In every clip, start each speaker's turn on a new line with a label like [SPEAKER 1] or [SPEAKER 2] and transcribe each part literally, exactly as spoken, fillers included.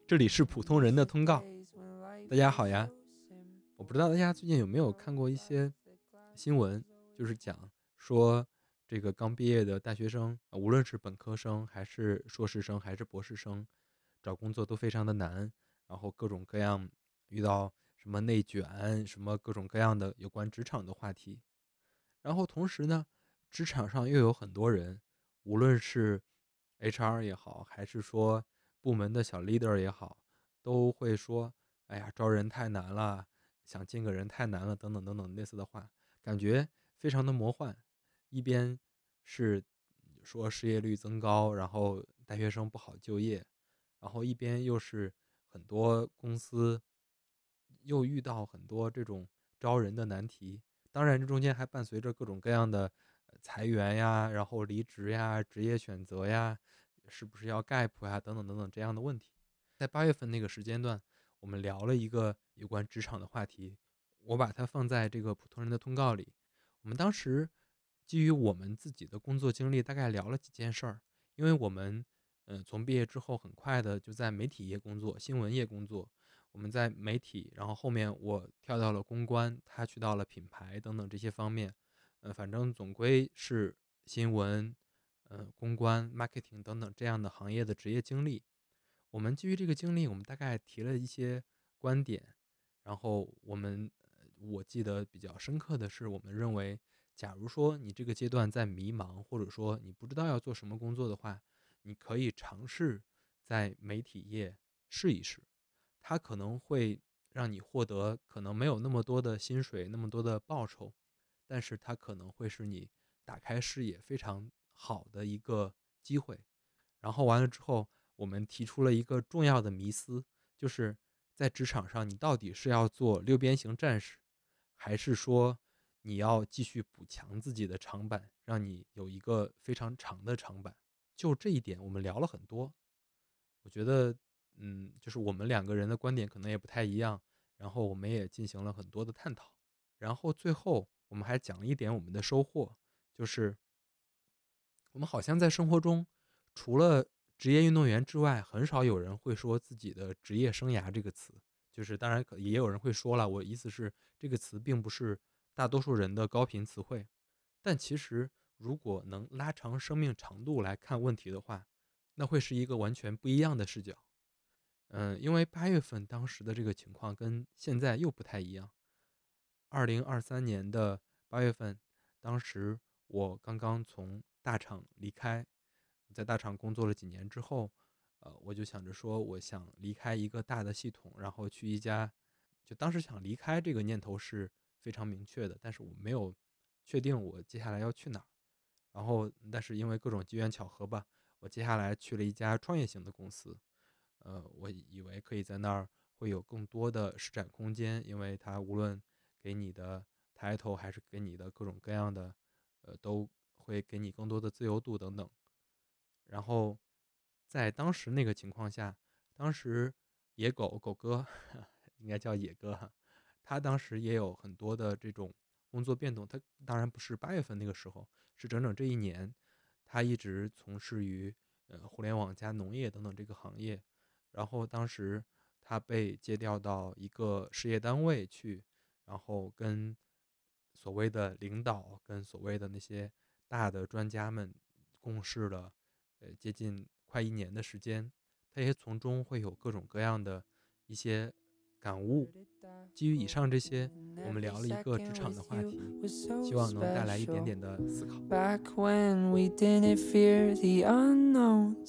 [SPEAKER 1] 这里是普通人的通告。大家好呀，我不知道大家最近有没有看过一些新闻，就是讲说这个刚毕业的大学生，无论是本科生还是硕士生还是博士生，找工作都非常的难，然后各种各样遇到什么内卷，什么各种各样的有关职场的话题。然后同时呢，职场上又有很多人，无论是 H R 也好，还是说部门的小 leader 也好，都会说：“哎呀，招人太难了，想进个人太难了，等等等等类似的话，感觉非常的魔幻。一边是说失业率增高，然后大学生不好就业，然后一边又是很多公司又遇到很多这种招人的难题。当然，这中间还伴随着各种各样的呃裁员呀，然后离职呀，职业选择呀，是不是要 gap 呀，等等等等这样的问题。在八月份那个时间段，我们聊了一个有关职场的话题，我把它放在这个普通人的通告里。我们当时基于我们自己的工作经历，大概聊了几件事儿。因为我们嗯、呃从毕业之后很快的就在媒体业工作、新闻业工作。我们在媒体，然后后面我跳到了公关，他去到了品牌等等这些方面。呃，反正总归是新闻、呃公关、marketing 等等这样的行业的职业经历。我们基于这个经历，我们大概提了一些观点，然后我们呃我记得比较深刻的是，我们认为，假如说你这个阶段在迷茫，或者说你不知道要做什么工作的话，你可以尝试在媒体业试一试。它可能会让你获得可能没有那么多的薪水，那么多的报酬，但是它可能会是你打开视野非常好的一个机会。然后完了之后，我们提出了一个重要的迷思，就是在职场上，你到底是要做六边形战士，还是说你要继续补强自己的长板，让你有一个非常长的长板？就这一点，我们聊了很多。我觉得，嗯，就是我们两个人的观点可能也不太一样，然后我们也进行了很多的探讨。然后最后我们还讲了一点我们的收获，就是我们好像在生活中，除了职业运动员之外，很少有人会说自己的职业生涯这个词。就是当然可也有人会说了，我意思是这个词并不是大多数人的高频词汇。但其实如果能拉长生命长度来看问题的话，那会是一个完全不一样的视角。嗯，因为八月份当时的这个情况跟现在又不太一样。二零二三年的八月份，当时我刚刚从大厂离开，在大厂工作了几年之后，呃，我就想着说，我想离开一个大的系统，然后去一家，就当时想离开这个念头是非常明确的，但是我没有确定我接下来要去哪儿。然后，但是因为各种机缘巧合吧，我接下来去了一家创业型的公司。呃，我以为可以在那儿会有更多的施展空间，因为它无论给你的 title 还是给你的各种各样的，呃，都会给你更多的自由度等等。然后在当时那个情况下，当时野狗狗哥应该叫野哥哈，他当时也有很多的这种工作变动。他当然不是八月份那个时候，是整整这一年，他一直从事于呃互联网加农业等等这个行业。然后当时他被借调到一个事业单位去，然后跟所谓的领导跟所谓的那些大的专家们共事了呃接近快一年的时间。他也从中会有各种各样的一些感悟。基于以上这些，我们聊了一个职场的话题，希望能带来一点点的思考。
[SPEAKER 2] Back when we didn't fear the unknowns,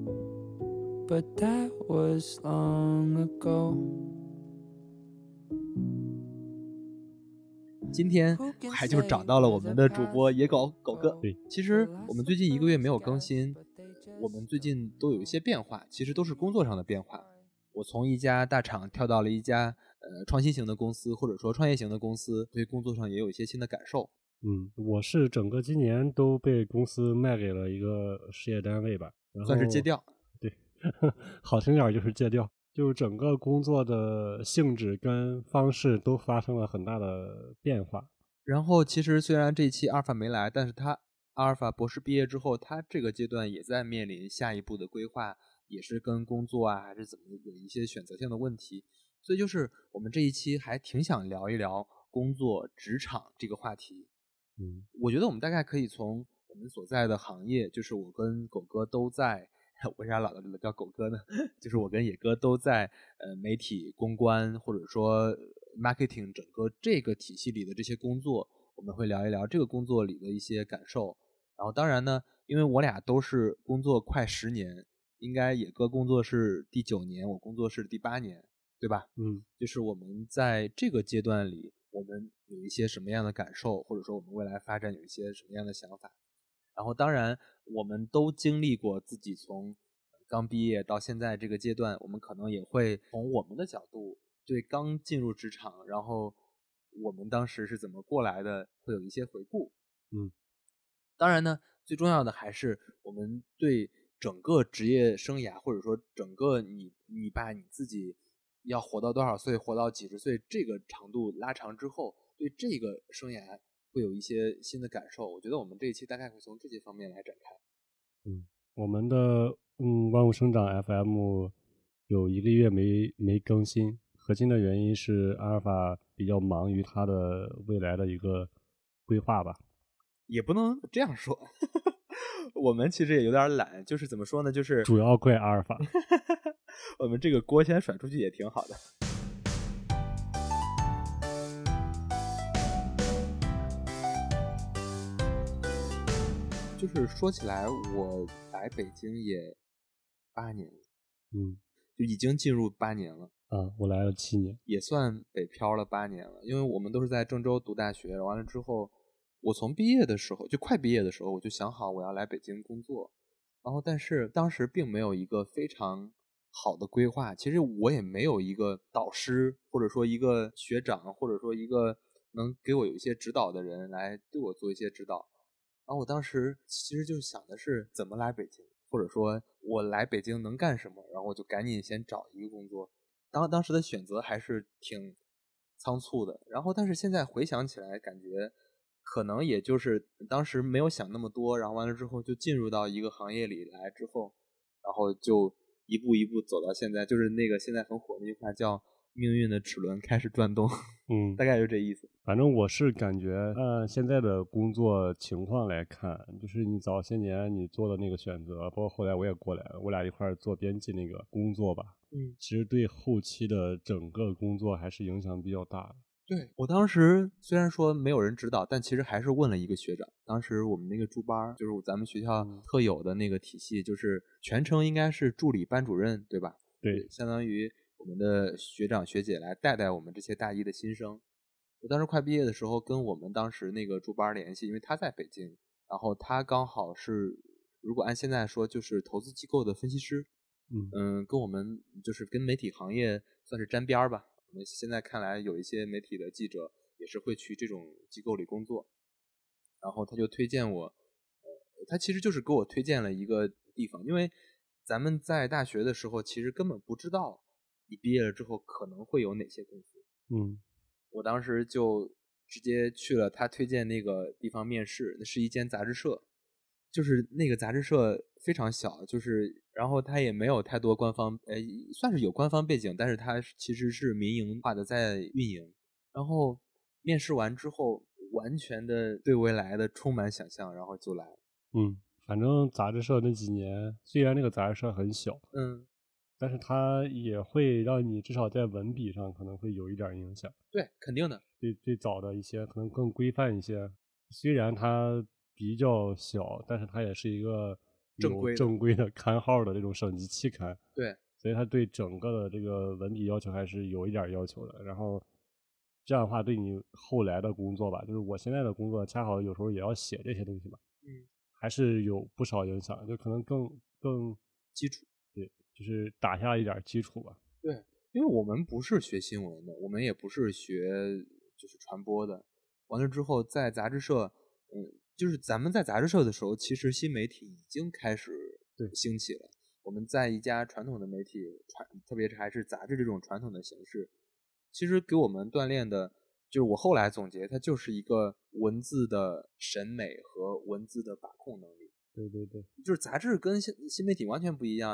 [SPEAKER 2] but that was long ago.
[SPEAKER 1] 今天还就找到了我们的主播野狗狗哥。
[SPEAKER 3] 对，
[SPEAKER 1] 其实我们最近一个月没有更新，我们最近都有一些变化，其实都是工作上的变化。我从一家大厂跳到了一家呃创新型的公司，或者说创业型的公司，对工作上也有一些新的感受。
[SPEAKER 3] 嗯，我是整个今年都被公司卖给了一个事业单位吧，然后
[SPEAKER 1] 算是借调。
[SPEAKER 3] 对，好听点就是借调，就整个工作的性质跟方式都发生了很大的变化。
[SPEAKER 1] 然后其实虽然这一期阿尔法没来，但是他阿尔法博士毕业之后，他这个阶段也在面临下一步的规划， 也是跟工作啊还是怎么有一些选择性的问题，所以就是我们这一期还挺想聊一聊工作职场这个话题。
[SPEAKER 3] 嗯，
[SPEAKER 1] 我觉得我们大概可以从我们所在的行业，就是我跟狗哥都在，为啥老叫狗哥呢？就是我跟野哥都在呃媒体公关或者说 marketing 整个这个体系里的这些工作，我们会聊一聊这个工作里的一些感受。然后当然呢，因为我俩都是工作快十年，应该野哥工作是第九年，我工作是第八年，对吧？
[SPEAKER 3] 嗯，
[SPEAKER 1] 就是我们在这个阶段里，我们有一些什么样的感受，或者说我们未来发展有一些什么样的想法。然后当然我们都经历过自己从刚毕业到现在这个阶段，我们可能也会从我们的角度对刚进入职场，然后我们当时是怎么过来的，会有一些回顾。
[SPEAKER 3] 嗯，
[SPEAKER 1] 当然呢，最重要的还是我们对整个职业生涯，或者说整个你你把你自己要活到多少岁，活到几十岁这个长度拉长之后，对这个生涯会有一些新的感受。我觉得我们这一期大概会从这些方面来展开。
[SPEAKER 3] 嗯，我们的嗯万物生长 F M 有一个月没没更新，核心的原因是阿尔法比较忙于它的未来的一个规划吧。
[SPEAKER 1] 也不能这样说，我们其实也有点懒，就是怎么说呢，就是
[SPEAKER 3] 主要怪阿尔法。
[SPEAKER 1] 我们这个锅先甩出去也挺好的。就是说起来，我来北京也八年了，
[SPEAKER 3] 嗯，
[SPEAKER 1] 就已经进入八年了。
[SPEAKER 3] 啊，我来了七年，
[SPEAKER 1] 也算北漂了八年了。因为我们都是在郑州读大学，完了之后，我从毕业的时候，就快毕业的时候，我就想好我要来北京工作。然后，但是当时并没有一个非常好的规划。其实我也没有一个导师，或者说一个学长，或者说一个能给我有一些指导的人来对我做一些指导。然后我当时其实就想的是怎么来北京，或者说我来北京能干什么，然后我就赶紧先找一个工作。当当时的选择还是挺仓促的，然后但是现在回想起来，感觉可能也就是当时没有想那么多，然后完了之后就进入到一个行业里来之后，然后就一步一步走到现在，就是那个现在很火的一句话叫命运的齿轮开始转动。
[SPEAKER 3] 嗯，
[SPEAKER 1] 大概就这意思。
[SPEAKER 3] 反正我是感觉，按现在的工作情况来看，就是你早些年你做的那个选择，包括后来我也过来了，我俩一块儿做编辑那个工作吧，
[SPEAKER 1] 嗯，
[SPEAKER 3] 其实对后期的整个工作还是影响比较大的。
[SPEAKER 1] 对，我当时虽然说没有人指导，但其实还是问了一个学长。当时我们那个驻班就是咱们学校特有的那个体系，就是全称应该是助理班主任，对吧？
[SPEAKER 3] 对，
[SPEAKER 1] 相当于我们的学长学姐来带带我们这些大一的新生。我当时快毕业的时候跟我们当时那个驻班联系，因为他在北京，然后他刚好是如果按现在说就是投资机构的分析师。
[SPEAKER 3] 嗯
[SPEAKER 1] 嗯，跟我们就是跟媒体行业算是沾边儿吧。我们现在看来有一些媒体的记者也是会去这种机构里工作，然后他就推荐我，呃，他其实就是给我推荐了一个地方。因为咱们在大学的时候其实根本不知道你毕业了之后可能会有哪些公司。
[SPEAKER 3] 嗯，
[SPEAKER 1] 我当时就直接去了他推荐那个地方面试，那是一间杂志社。就是那个杂志社非常小，就是然后它也没有太多官方，呃，算是有官方背景，但是它其实是民营化的在运营。然后面试完之后，完全的对未来的充满想象，然后就来了。
[SPEAKER 3] 嗯，反正杂志社那几年，虽然那个杂志社很小，
[SPEAKER 1] 嗯，
[SPEAKER 3] 但是它也会让你至少在文笔上可能会有一点影响。
[SPEAKER 1] 对，肯定的。
[SPEAKER 3] 最最早的一些可能更规范一些，虽然它比较小，但是它也是一个有
[SPEAKER 1] 正规的
[SPEAKER 3] 正规的刊号的这种省级期刊，
[SPEAKER 1] 对，
[SPEAKER 3] 所以它对整个的这个文笔要求还是有一点要求的。然后这样的话，对你后来的工作吧，就是我现在的工作，恰好有时候也要写这些东西嘛，
[SPEAKER 1] 嗯，
[SPEAKER 3] 还是有不少影响，就可能更更
[SPEAKER 1] 基础。
[SPEAKER 3] 对，就是打下一点基础吧。
[SPEAKER 1] 对，因为我们不是学新闻的，我们也不是学就是传播的。完了之后，在杂志社，嗯，就是咱们在杂志社的时候，其实新媒体已经开始
[SPEAKER 3] 对
[SPEAKER 1] 兴起了。我们在一家传统的媒体传，特别是还是杂志这种传统的形式，其实给我们锻炼的，就是我后来总结，它就是一个文字的审美和文字的把控能力。
[SPEAKER 3] 对对对，
[SPEAKER 1] 就是杂志跟新新媒体完全不一样。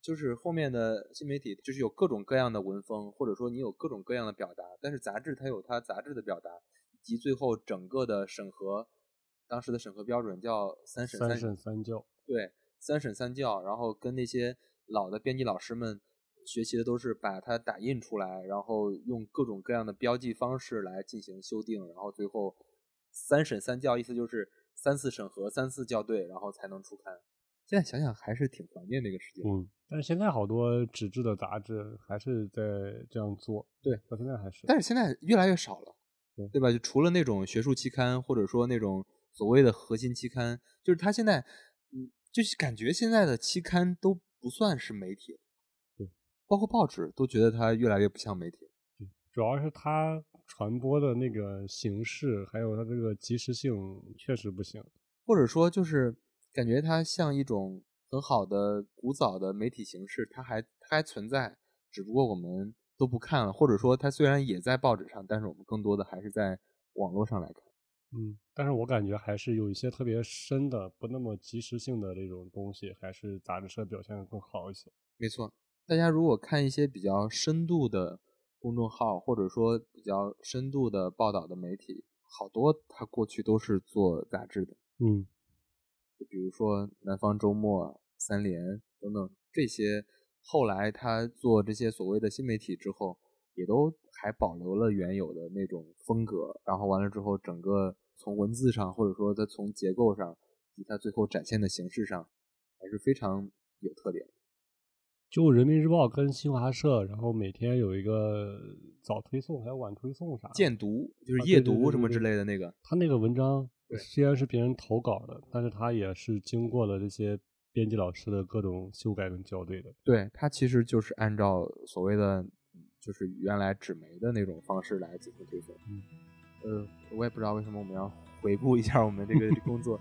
[SPEAKER 1] 就是后面的新媒体就是有各种各样的文风，或者说你有各种各样的表达，但是杂志它有它杂志的表达，以及最后整个的审核，当时的审核标准叫三审
[SPEAKER 3] 三审三校，
[SPEAKER 1] 对，三审三校，然后跟那些老的编辑老师们学习的都是把它打印出来，然后用各种各样的标记方式来进行修订，然后最后三审三校，意思就是三次审核，三次校对，然后才能出刊。现在想想还是挺怀念那个时间。
[SPEAKER 3] 嗯，但是现在好多纸质的杂志还是在这样做，
[SPEAKER 1] 对，
[SPEAKER 3] 到现在还是。
[SPEAKER 1] 但是现在越来越少了，
[SPEAKER 3] 对
[SPEAKER 1] 对吧？就除了那种学术期刊，或者说那种所谓的核心期刊，就是它现在，嗯，就是感觉现在的期刊都不算是媒体，
[SPEAKER 3] 对，
[SPEAKER 1] 包括报纸都觉得它越来越不像媒体。
[SPEAKER 3] 对，主要是它传播的那个形式，还有它这个及时性确实不行，
[SPEAKER 1] 或者说就是感觉它像一种很好的古早的媒体形式，它还它还存在，只不过我们都不看了，或者说它虽然也在报纸上，但是我们更多的还是在网络上来看。
[SPEAKER 3] 嗯，但是我感觉还是有一些特别深的、不那么及时性的这种东西，还是杂志社表现得更好一些。
[SPEAKER 1] 没错，大家如果看一些比较深度的公众号，或者说比较深度的报道的媒体，好多它过去都是做杂志的。
[SPEAKER 3] 嗯，
[SPEAKER 1] 就比如说南方周末、三联等等这些，后来他做这些所谓的新媒体之后，也都还保留了原有的那种风格，然后完了之后，整个从文字上，或者说它从结构上，以及它最后展现的形式上，还是非常有特点的。
[SPEAKER 3] 就人民日报跟新华社，然后每天有一个早推送还有晚推送啥的，
[SPEAKER 1] 荐读就是
[SPEAKER 3] 啊
[SPEAKER 1] 夜
[SPEAKER 3] 对对对对
[SPEAKER 1] 读什么之类的那个，
[SPEAKER 3] 他那个文章
[SPEAKER 1] 对
[SPEAKER 3] 虽然是别人投稿的，但是他也是经过了这些编辑老师的各种修改跟校对的。
[SPEAKER 1] 对，它其实就是按照所谓的就是原来纸媒的那种方式来进行推送。
[SPEAKER 3] 嗯，
[SPEAKER 1] 呃，我也不知道为什么我们要回顾一下我们这个工作。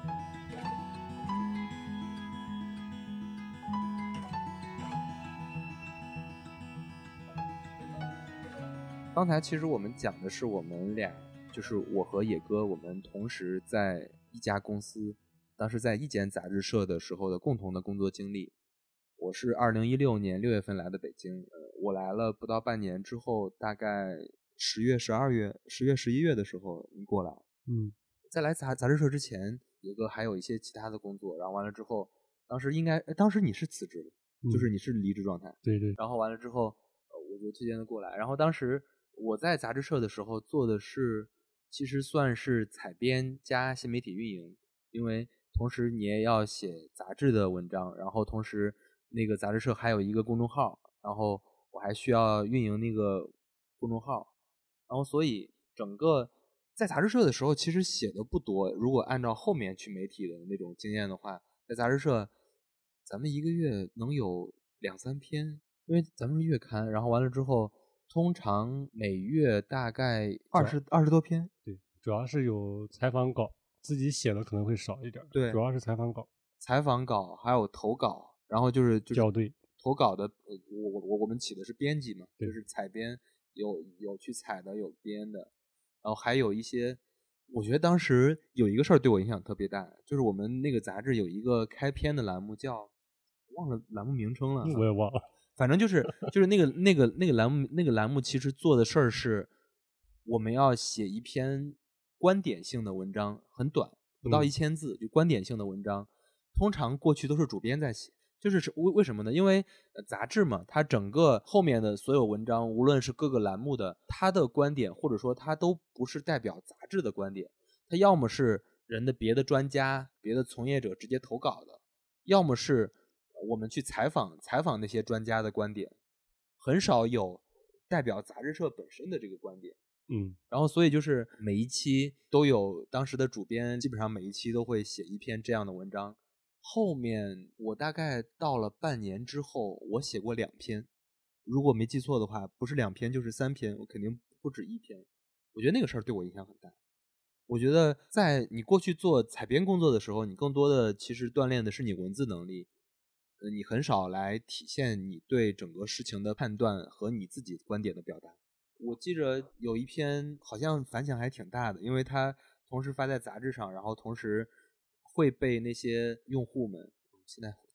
[SPEAKER 1] 刚才其实我们讲的是我们俩，就是我和野哥，我们同时在一家公司，当时在一间杂志社的时候的共同的工作经历。我是二零一六年六月份来的北京，呃，我来了不到半年之后，大概十月、十二月、十月、十一月的时候你过来。
[SPEAKER 3] 嗯，
[SPEAKER 1] 在来杂杂志社之前，野哥还有一些其他的工作，然后完了之后，当时应该，当时你是辞职的，
[SPEAKER 3] 嗯
[SPEAKER 1] 就是你是离职状态。
[SPEAKER 3] 对对，
[SPEAKER 1] 然后完了之后，呃，我就推荐他过来。然后当时我在杂志社的时候做的是，其实算是采编加新媒体运营，因为同时你也要写杂志的文章，然后同时那个杂志社还有一个公众号，然后我还需要运营那个公众号，然后所以整个在杂志社的时候其实写的不多，如果按照后面去媒体的那种经验的话，在杂志社咱们一个月能有两三篇，因为咱们是月刊，然后完了之后通常每月大概二十二十多篇。
[SPEAKER 3] 对，主要是有采访稿，自己写的可能会少一点，
[SPEAKER 1] 对，
[SPEAKER 3] 主要是采访稿、
[SPEAKER 1] 采访稿还有投稿，然后就是就是
[SPEAKER 3] 校对。
[SPEAKER 1] 投稿的，呃我我我我们起的是编辑嘛，
[SPEAKER 3] 对
[SPEAKER 1] 就是采编，有有去采的，有编的，然后还有一些，我觉得当时有一个事儿对我影响特别大，就是我们那个杂志有一个开篇的栏目叫，忘了栏目名称了，
[SPEAKER 3] 我也忘了。
[SPEAKER 1] 反正就是就是那个那个那个栏目那个栏目其实做的事儿是，我们要写一篇观点性的文章，很短，不到
[SPEAKER 3] 嗯
[SPEAKER 1] 一千字，就观点性的文章，通常过去都是主编在写。就是是为为什么呢？因为、呃、杂志嘛，它整个后面的所有文章，无论是各个栏目的，它的观点或者说它都不是代表杂志的观点，它要么是人的别的专家、别的从业者直接投稿的，要么是我们去采访采访那些专家的观点，很少有代表杂志社本身的这个观点。
[SPEAKER 3] 嗯，
[SPEAKER 1] 然后所以就是每一期都有当时的主编，基本上每一期都会写一篇这样的文章。后面我大概到了半年之后，我写过两篇，如果没记错的话，不是两篇就是三篇，我肯定不止一篇。我觉得那个事儿对我影响很大。我觉得在你过去做采编工作的时候，你更多的其实锻炼的是你文字能力，呃，你很少来体现你对整个事情的判断和你自己观点的表达。我记着有一篇好像反响还挺大的，因为它同时发在杂志上，然后同时会被那些用户们，现在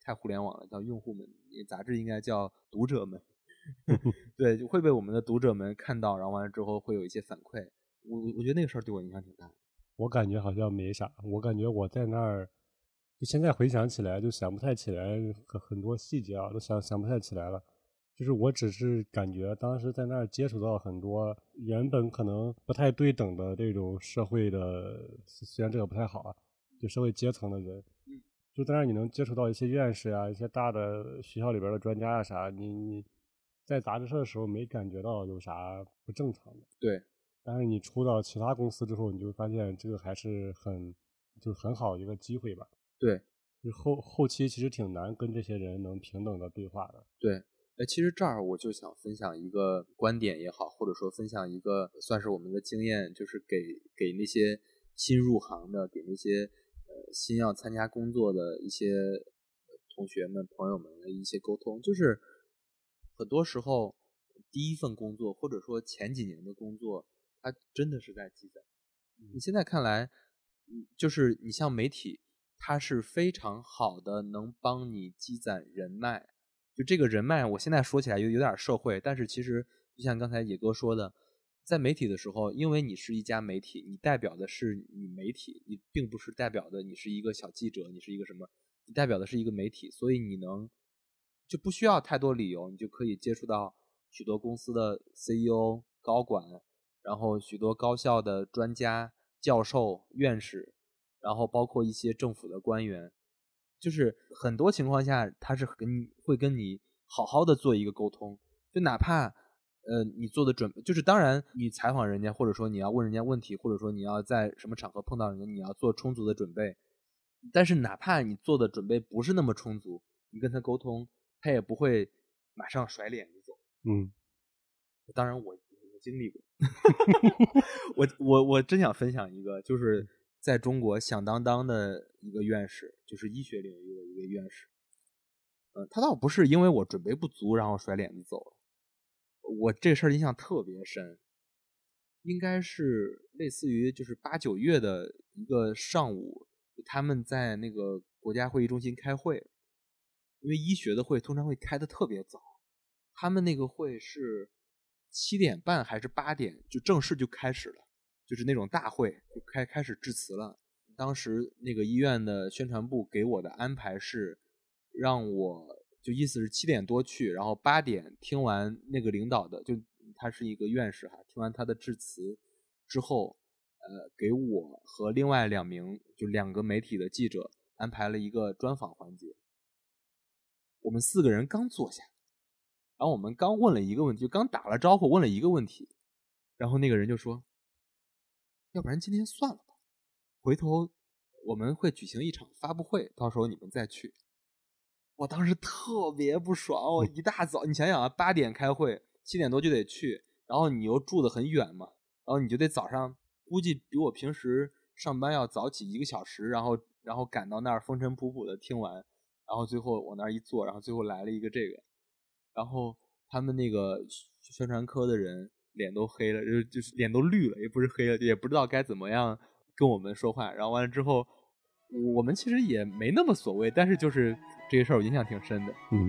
[SPEAKER 1] 太互联网了，叫用户们，杂志应该叫读者们。对，就会被我们的读者们看到，然后完了之后会有一些反馈。我我觉得那个事儿对我影响挺大的。
[SPEAKER 3] 我感觉好像没啥，我感觉我在那儿，就现在回想起来就想不太起来很很多细节啊，都想想不太起来了。就是我只是感觉当时在那儿接触到很多原本可能不太对等的这种社会的，虽然这个不太好啊，就社会阶层的人，就在那儿你能接触到一些院士啊，一些大的学校里边的专家啊啥，你你在杂志社的时候没感觉到有啥不正常的。
[SPEAKER 1] 对，
[SPEAKER 3] 但是你出到其他公司之后，你就会发现这个还是很就是很好一个机会吧。
[SPEAKER 1] 对，
[SPEAKER 3] 就是后后期其实挺难跟这些人能平等的对话的。
[SPEAKER 1] 对，哎，其实这儿我就想分享一个观点也好，或者说分享一个算是我们的经验，就是给给那些新入行的，给那些呃新要参加工作的一些同学们、朋友们的一些沟通，就是很多时候第一份工作或者说前几年的工作，它真的是在积攒。你现在看来，就是你像媒体，它是非常好的能帮你积攒人脉。就这个人脉，我现在说起来有有点社会，但是其实就像刚才野哥说的，在媒体的时候，因为你是一家媒体，你代表的是你媒体，你并不是代表的你是一个小记者，你是一个什么，你代表的是一个媒体，所以你能就不需要太多理由，你就可以接触到许多公司的 C E O 高管，然后许多高校的专家、教授、院士，然后包括一些政府的官员，就是很多情况下他是跟你会跟你好好的做一个沟通，就哪怕呃你做的准备，就是当然你采访人家，或者说你要问人家问题，或者说你要在什么场合碰到人家，你要做充足的准备，但是哪怕你做的准备不是那么充足，你跟他沟通，他也不会马上甩脸就走。
[SPEAKER 3] 嗯，
[SPEAKER 1] 当然我我经历过。我我我真想分享一个，就是在中国响当当的一个院士，就是医学领域的一个院士。嗯，他倒不是因为我准备不足然后甩脸子走了，我这事儿印象特别深。应该是类似于就是八九月的一个上午，他们在那个国家会议中心开会，因为医学的会通常会开得特别早，他们那个会是七点半还是八点就正式就开始了，就是那种大会就开开始致辞了。当时那个医院的宣传部给我的安排是，让我就意思是七点多去，然后八点听完那个领导的，就他是一个院士哈，听完他的致辞之后，呃，给我和另外两名就两个媒体的记者安排了一个专访环节。我们四个人刚坐下，然后我们刚问了一个问题，就刚打了招呼问了一个问题，然后那个人就说，要不然今天算了吧，回头我们会举行一场发布会，到时候你们再去。我当时特别不爽，我一大早，你想想啊，八点开会，七点多就得去，然后你又住得很远嘛，然后你就得早上，估计比我平时上班要早起一个小时，然后然后赶到那儿风尘仆仆的听完，然后最后往那儿一坐，然后最后来了一个这个，然后他们那个宣传科的人脸都黑了，就就是脸都绿了，也不是黑了，也不知道该怎么样跟我们说话，然后完了之后，我们其实也没那么所谓，但是就是这个事儿我印象挺深的。
[SPEAKER 3] 嗯，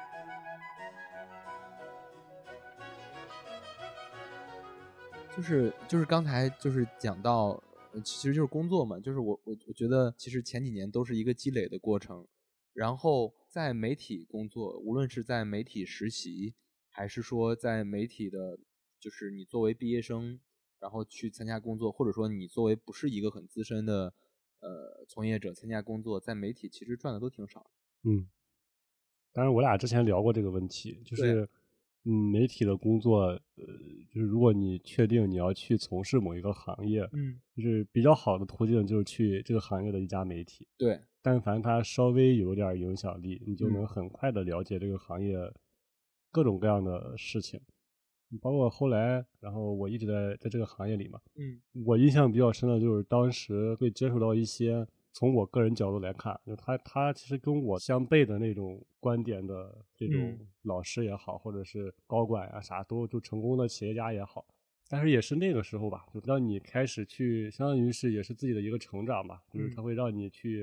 [SPEAKER 1] 就是就是刚才就是讲到，其实就是工作嘛，就是我我我觉得其实前几年都是一个积累的过程，然后在媒体工作，无论是在媒体实习，还是说在媒体的，就是你作为毕业生，然后去参加工作，或者说你作为不是一个很资深的呃从业者参加工作，在媒体其实赚的都挺少。
[SPEAKER 3] 嗯，当然我俩之前聊过这个问题，就是嗯，媒体的工作，呃，就是如果你确定你要去从事某一个行业，
[SPEAKER 1] 嗯，
[SPEAKER 3] 就是比较好的途径就是去这个行业的一家媒体。
[SPEAKER 1] 对，
[SPEAKER 3] 但凡它稍微有点影响力，你就
[SPEAKER 1] 嗯
[SPEAKER 3] 能很快的了解这个行业各种各样的事情。包括后来，然后我一直在在这个行业里嘛，
[SPEAKER 1] 嗯
[SPEAKER 3] 我印象比较深的就是当时会接触到一些，从我个人角度来看，就他他其实跟我相悖的那种观点的这种
[SPEAKER 1] 嗯
[SPEAKER 3] 老师也好，或者是高管啊啥都就成功的企业家也好，但是也是那个时候吧，就让你开始去，相当于是也是自己的一个成长吧，就是他会让你去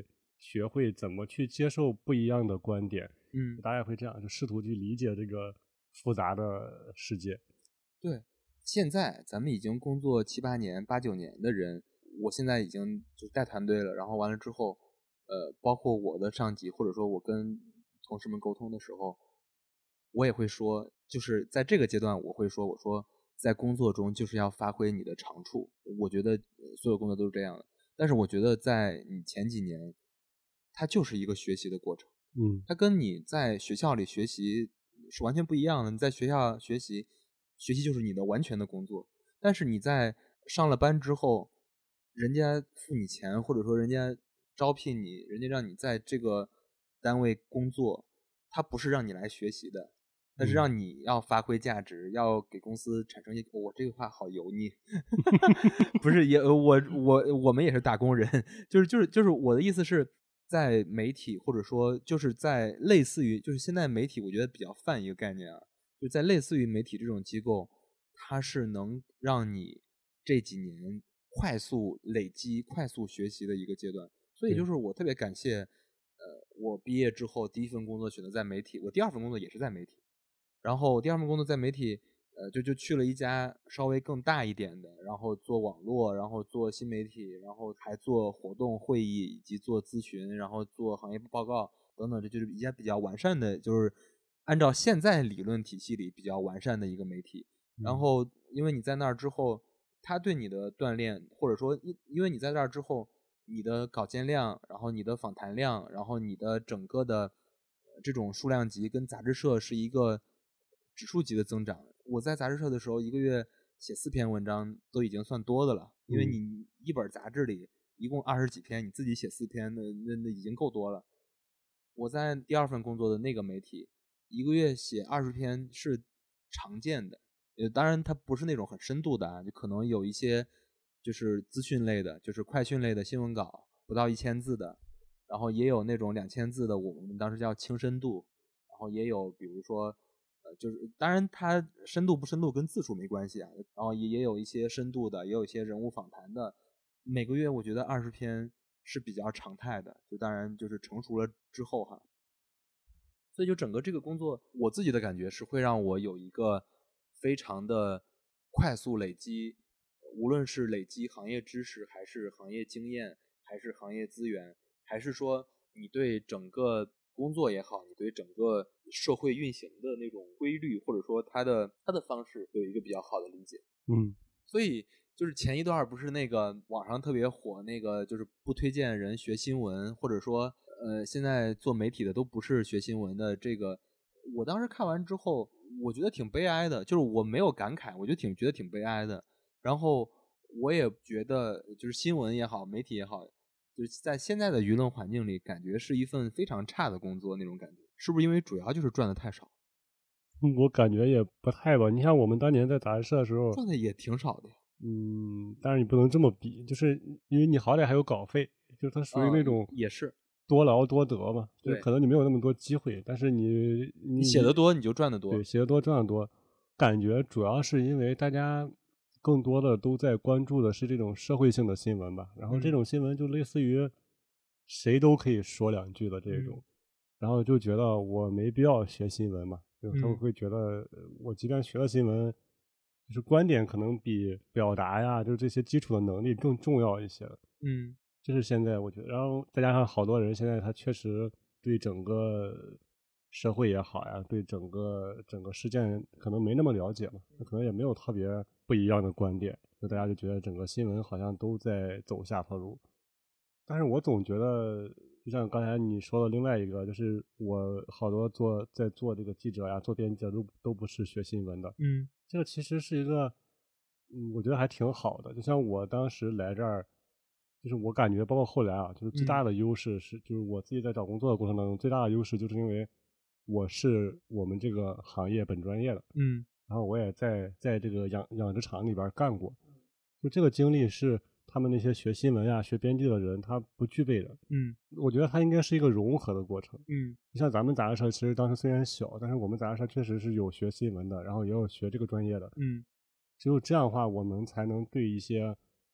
[SPEAKER 3] 学会怎么去接受不一样的观点，
[SPEAKER 1] 嗯，
[SPEAKER 3] 大家也会这样，就试图去理解这个复杂的世界。
[SPEAKER 1] 对，现在咱们已经工作七八年、八九年的人，我现在已经就带团队了，然后完了之后，呃，包括我的上级或者说我跟同事们沟通的时候，我也会说，就是在这个阶段，我会说，我说在工作中就是要发挥你的长处。我觉得所有工作都是这样的，但是我觉得在你前几年，它就是一个学习的过程。
[SPEAKER 3] 嗯，
[SPEAKER 1] 它跟你在学校里学习是完全不一样的。你在学校学习，学习就是你的完全的工作，但是你在上了班之后，人家付你钱，或者说人家招聘你，人家让你在这个单位工作，他不是让你来学习的，但是让你要发挥价值，要给公司产生一个，我、哦、这个话好油腻，不是也我我我们也是打工人，就是就是就是我的意思是在媒体或者说就是在类似于就是现在媒体我觉得比较泛一个概念啊，就在类似于媒体这种机构，它是能让你这几年快速累积、快速学习的一个阶段。所以就是我特别感谢，呃，我毕业之后第一份工作选择在媒体，我第二份工作也是在媒体，然后第二份工作在媒体，呃，就就去了一家稍微更大一点的，然后做网络，然后做新媒体，然后还做活动会议以及做咨询，然后做行业报告等等，这就是一家比较完善的，就是按照现在理论体系里比较完善的一个媒体。然后因为你在那儿之后，他对你的锻炼，或者说因因为你在那儿之后，你的稿件量，然后你的访谈量，然后你的整个的这种数量级跟杂志社是一个指数级的增长。我在杂志社的时候，一个月写四篇文章都已经算多的了，因为你一本杂志里一共二十几篇，你自己写四篇，那那那已经够多了。我在第二份工作的那个媒体，一个月写二十篇是常见的。呃，当然它不是那种很深度的啊，就可能有一些就是资讯类的，就是快讯类的新闻稿，不到一千字的，然后也有那种两千字的，我们当时叫轻深度，然后也有比如说，呃，就是当然它深度不深度跟字数没关系啊，然后也也有一些深度的，也有一些人物访谈的，每个月我觉得二十篇是比较常态的，就当然就是成熟了之后哈，所以就整个这个工作，我自己的感觉是会让我有一个非常的快速累积，无论是累积行业知识，还是行业经验，还是行业资源，还是说你对整个工作也好，你对整个社会运行的那种规律，或者说它的它的方式有一个比较好的理解。
[SPEAKER 3] 嗯，
[SPEAKER 1] 所以就是前一段不是那个网上特别火那个，就是不推荐人学新闻，或者说呃现在做媒体的都不是学新闻的这个，我当时看完之后，我觉得挺悲哀的，就是我没有感慨，我就挺觉得挺悲哀的。然后我也觉得，就是新闻也好，媒体也好，就是在现在的舆论环境里，感觉是一份非常差的工作那种感觉，是不是因为主要就是赚的太少？
[SPEAKER 3] 我感觉也不太吧。你像我们当年在杂志社的时候，
[SPEAKER 1] 赚的也挺少的呀。
[SPEAKER 3] 嗯，但是你不能这么比，就是因为你好歹还有稿费，就是它属于那种
[SPEAKER 1] 也是
[SPEAKER 3] 多劳多得嘛，就是可能你没有那么多机会，但是你你
[SPEAKER 1] 你写的多，你就赚的多。
[SPEAKER 3] 对，写的多赚的多。感觉主要是因为大家更多的都在关注的是这种社会性的新闻吧，然后这种新闻就类似于谁都可以说两句的这种，
[SPEAKER 1] 嗯、
[SPEAKER 3] 然后就觉得我没必要学新闻嘛，就他们
[SPEAKER 1] 嗯
[SPEAKER 3] 会觉得我即便学了新闻，就是观点可能比表达呀，就是这些基础的能力更重要一些了。
[SPEAKER 1] 嗯
[SPEAKER 3] 这是现在我觉得，然后再加上好多人现在他确实对整个社会也好呀，对整个整个事件可能没那么了解嘛，可能也没有特别不一样的观点，就大家就觉得整个新闻好像都在走下坡路。但是我总觉得，就像刚才你说的另外一个，就是我好多做在做这个记者呀、做编辑都都不是学新闻的，
[SPEAKER 1] 嗯
[SPEAKER 3] 这个其实是一个，嗯，我觉得还挺好的。就像我当时来这儿，就是我感觉，包括后来啊，就是最大的优势是，就是我自己在找工作的过程当中，最大的优势就是因为我是我们这个行业本专业的，
[SPEAKER 1] 嗯
[SPEAKER 3] 然后我也在在这个养养殖场里边干过，就这个经历是他们那些学新闻呀、学编辑的人他不具备的。
[SPEAKER 1] 嗯
[SPEAKER 3] 我觉得它应该是一个融合的过程。
[SPEAKER 1] 嗯
[SPEAKER 3] 像咱们杂志社，其实当时虽然小，但是我们杂志社确实是有学新闻的，然后也有学这个专业的。
[SPEAKER 1] 嗯
[SPEAKER 3] 只有这样的话，我们才能对一些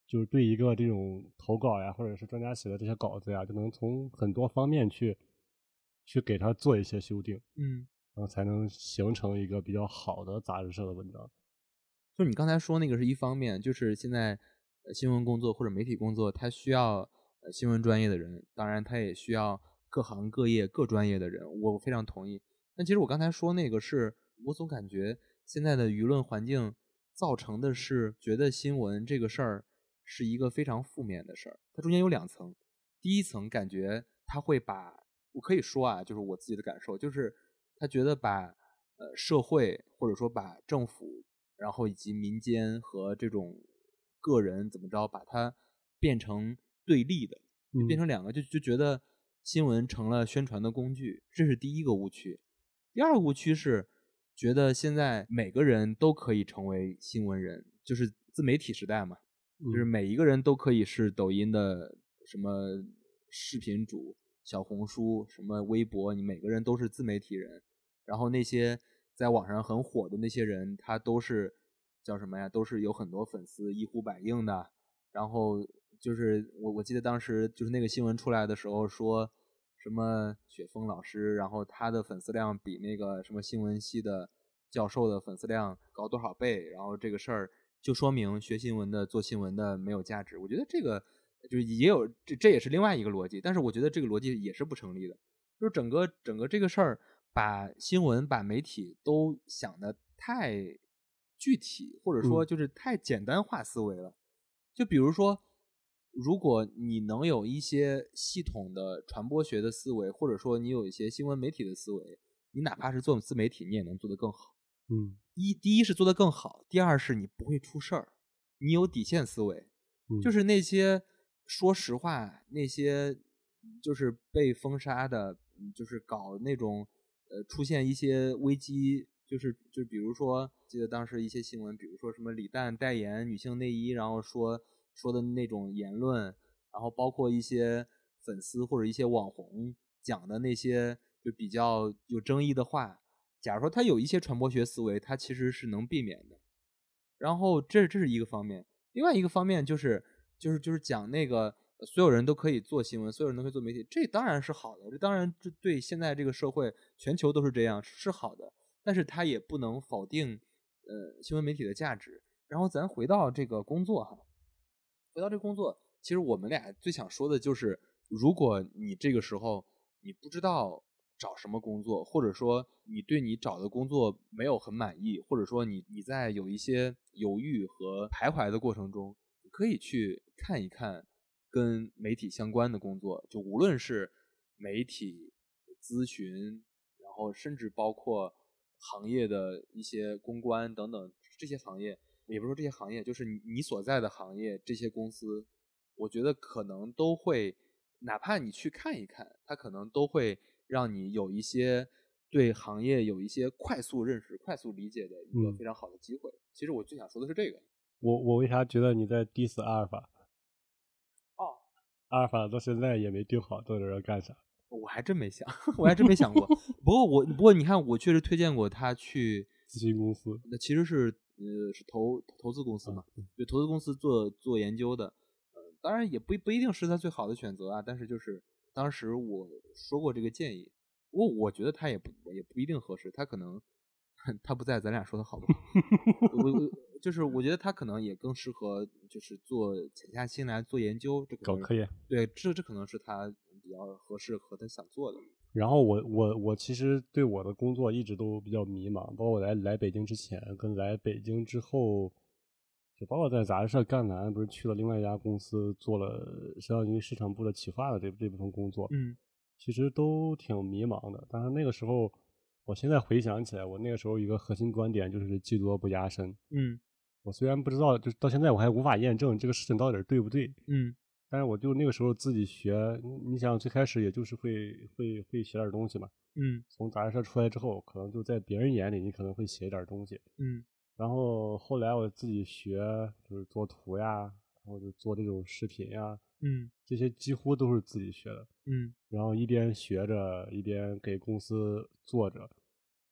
[SPEAKER 3] 就是对一个这种投稿呀，或者是专家写的这些稿子呀，就能从很多方面去去给它做一些修订，
[SPEAKER 1] 嗯，
[SPEAKER 3] 然后才能形成一个比较好的杂志社的文章。
[SPEAKER 1] 就你刚才说那个是一方面，就是现在呃新闻工作或者媒体工作，它需要呃新闻专业的人，当然它也需要各行各业各专业的人，我非常同意。但其实我刚才说那个是，我总感觉现在的舆论环境造成的是，觉得新闻这个事儿是一个非常负面的事儿。它中间有两层，第一层感觉他会把，我可以说啊，就是我自己的感受，就是他觉得把呃社会或者说把政府，然后以及民间和这种个人怎么着，把它变成对立的，就变成两个，就就觉得新闻成了宣传的工具，这是第一个误区。第二个误区是觉得现在每个人都可以成为新闻人，就是自媒体时代嘛，就是每一个人都可以是抖音的什么视频主、小红书、什么微博，你每个人都是自媒体人。然后那些在网上很火的那些人，他都是叫什么呀？都是有很多粉丝一呼百应的。然后就是我我记得当时就是那个新闻出来的时候说，什么雪峰老师，然后他的粉丝量比那个什么新闻系的教授的粉丝量高多少倍，然后这个事儿就说明学新闻的做新闻的没有价值。我觉得这个就是也有这这也是另外一个逻辑，但是我觉得这个逻辑也是不成立的。就是整个整个这个事儿，把新闻把媒体都想得太具体，或者说就是太简单化思维了。就比如说，如果你能有一些系统的传播学的思维，或者说你有一些新闻媒体的思维，你哪怕是做自媒体，你也能做得更好。
[SPEAKER 3] 嗯，
[SPEAKER 1] 一第一是做得更好，第二是你不会出事儿，你有底线思维。
[SPEAKER 3] 嗯
[SPEAKER 1] 就是那些说实话，那些就是被封杀的，就是搞那种呃出现一些危机，就是就比如说，记得当时一些新闻，比如说什么李诞代言女性内衣，然后说说的那种言论，然后包括一些粉丝或者一些网红讲的那些就比较有争议的话，假如说他有一些传播学思维，他其实是能避免的。然后这这是一个方面，另外一个方面就是就是就是讲那个所有人都可以做新闻，所有人都可以做媒体，这当然是好的，这当然这对现在这个社会全球都是这样是好的，但是它也不能否定呃新闻媒体的价值。然后咱回到这个工作哈，回到这个工作，其实我们俩最想说的就是，如果你这个时候你不知道找什么工作，或者说你对你找的工作没有很满意，或者说你你在有一些犹豫和徘徊的过程中，你可以去看一看跟媒体相关的工作，就无论是媒体咨询，然后甚至包括行业的一些公关等等这些行业，也不是说这些行业，就是你你所在的行业这些公司，我觉得可能都会，哪怕你去看一看，它可能都会让你有一些对行业有一些快速认识、快速理解的一个
[SPEAKER 3] 嗯
[SPEAKER 1] 非常好的机会。其实我最想说的是这个。
[SPEAKER 3] 我我为啥觉得你在 diss 阿尔法？
[SPEAKER 1] 哦，
[SPEAKER 3] 阿尔法到现在也没定好到底要干啥。
[SPEAKER 1] 我还真没想，我还真没想过。不过我，不过你看，我确实推荐过他去
[SPEAKER 3] 咨询公司，
[SPEAKER 1] 那其实是呃是投投资公司嘛，就投资公司做做研究的，呃，当然也不不一定是他最好的选择啊，但是就是当时我说过这个建议，不过我觉得他也不也不一定合适，他可能他不在，咱俩说的好不好？我我就是我觉得他可能也更适合就是做潜下心来做研究，这可能
[SPEAKER 3] 搞科研。
[SPEAKER 1] 对，这这可能是他比较合适和他想做的。
[SPEAKER 3] 然后我我我其实对我的工作一直都比较迷茫，包括我来来北京之前跟来北京之后，就包括在杂志社赣南，不是去了另外一家公司做了相当于市场部的企划的这这部分工作，
[SPEAKER 1] 嗯，
[SPEAKER 3] 其实都挺迷茫的。但是那个时候，我现在回想起来，我那个时候一个核心观点就是技多不压身。
[SPEAKER 1] 嗯，
[SPEAKER 3] 我虽然不知道，就到现在我还无法验证这个事情到底是对不对，
[SPEAKER 1] 嗯，
[SPEAKER 3] 但是我就那个时候自己学，你想最开始也就是会会会写点东西嘛，
[SPEAKER 1] 嗯，
[SPEAKER 3] 从杂志社出来之后，可能就在别人眼里你可能会写点东西，
[SPEAKER 1] 嗯，
[SPEAKER 3] 然后后来我自己学就是做图呀，然后就做这种视频呀，
[SPEAKER 1] 嗯，
[SPEAKER 3] 这些几乎都是自己学的，
[SPEAKER 1] 嗯，
[SPEAKER 3] 然后一边学着一边给公司做着，